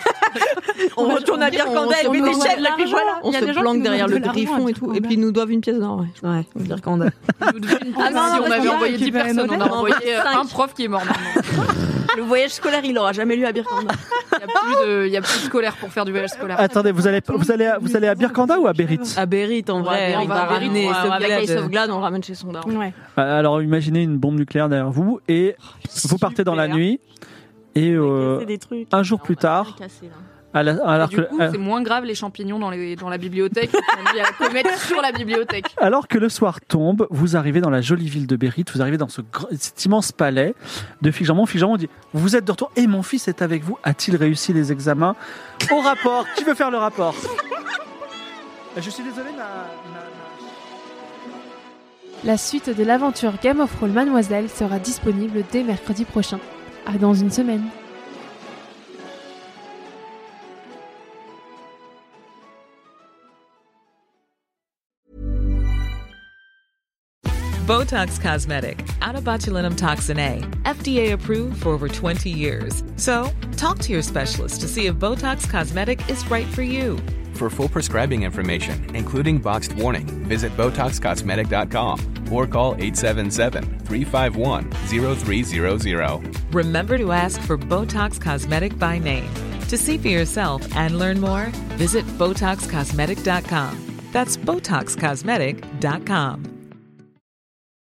On va- retourne à on- Birkanda, on- elle met on des demande chèques, de là, puis l'argent. voilà. On Il y a se des gens qui planque nous derrière le demandent de l'argent griffon à et tout. Et Birkanda. puis ils nous doivent une pièce d'or, ouais. Ouais, Birkanda. nous devait une Ah non, si non, on parce avait qu'on a envoyé dix récupéré personnes, nos on a lettres. envoyé euh, Cinq. un prof qui est mort maintenant. Le voyage scolaire, il aura jamais lu à Birkanda. Il y a plus de, il y a plus de scolaire pour faire du voyage scolaire. Attendez, vous allez vous allez à- vous allez à Birkanda ou à Bérit? À Bérit, en vrai, on il va va à Bérit, ramener Ouais, avec Sauveglade. les sauveglades, on le ramène chez son daron. Ouais. Alors imaginez une bombe nucléaire derrière vous et vous partez dans la nuit et euh, C'est des trucs. un jour plus tard, à la- alors Et du que coup, à- c'est moins grave les champignons dans, les, dans la bibliothèque. Il y a la comète sur la bibliothèque. alors que le soir tombe, vous arrivez dans la jolie ville de Bérit, vous arrivez dans ce gr- cet immense palais de Fig Jambon. Fig Jambon dit: vous êtes de retour et mon fils est avec vous. A-t-il réussi les examens? Au rapport. Qui veut faire le rapport? Je suis désolé, ma, ma- La suite de l'aventure Game of Roll Mademoiselle sera disponible dès mercredi prochain. À dans une semaine. Botox Cosmetic, out of botulinum toxin A, F D A approved for over twenty years. So, talk to your specialist to see if Botox Cosmetic is right for you. For full prescribing information, including boxed warning, visit Botox Cosmetic dot com or call eight seven seven, three five one, zero three zero zero. Remember to ask for Botox Cosmetic by name. To see for yourself and learn more, visit Botox Cosmetic dot com. That's Botox Cosmetic dot com.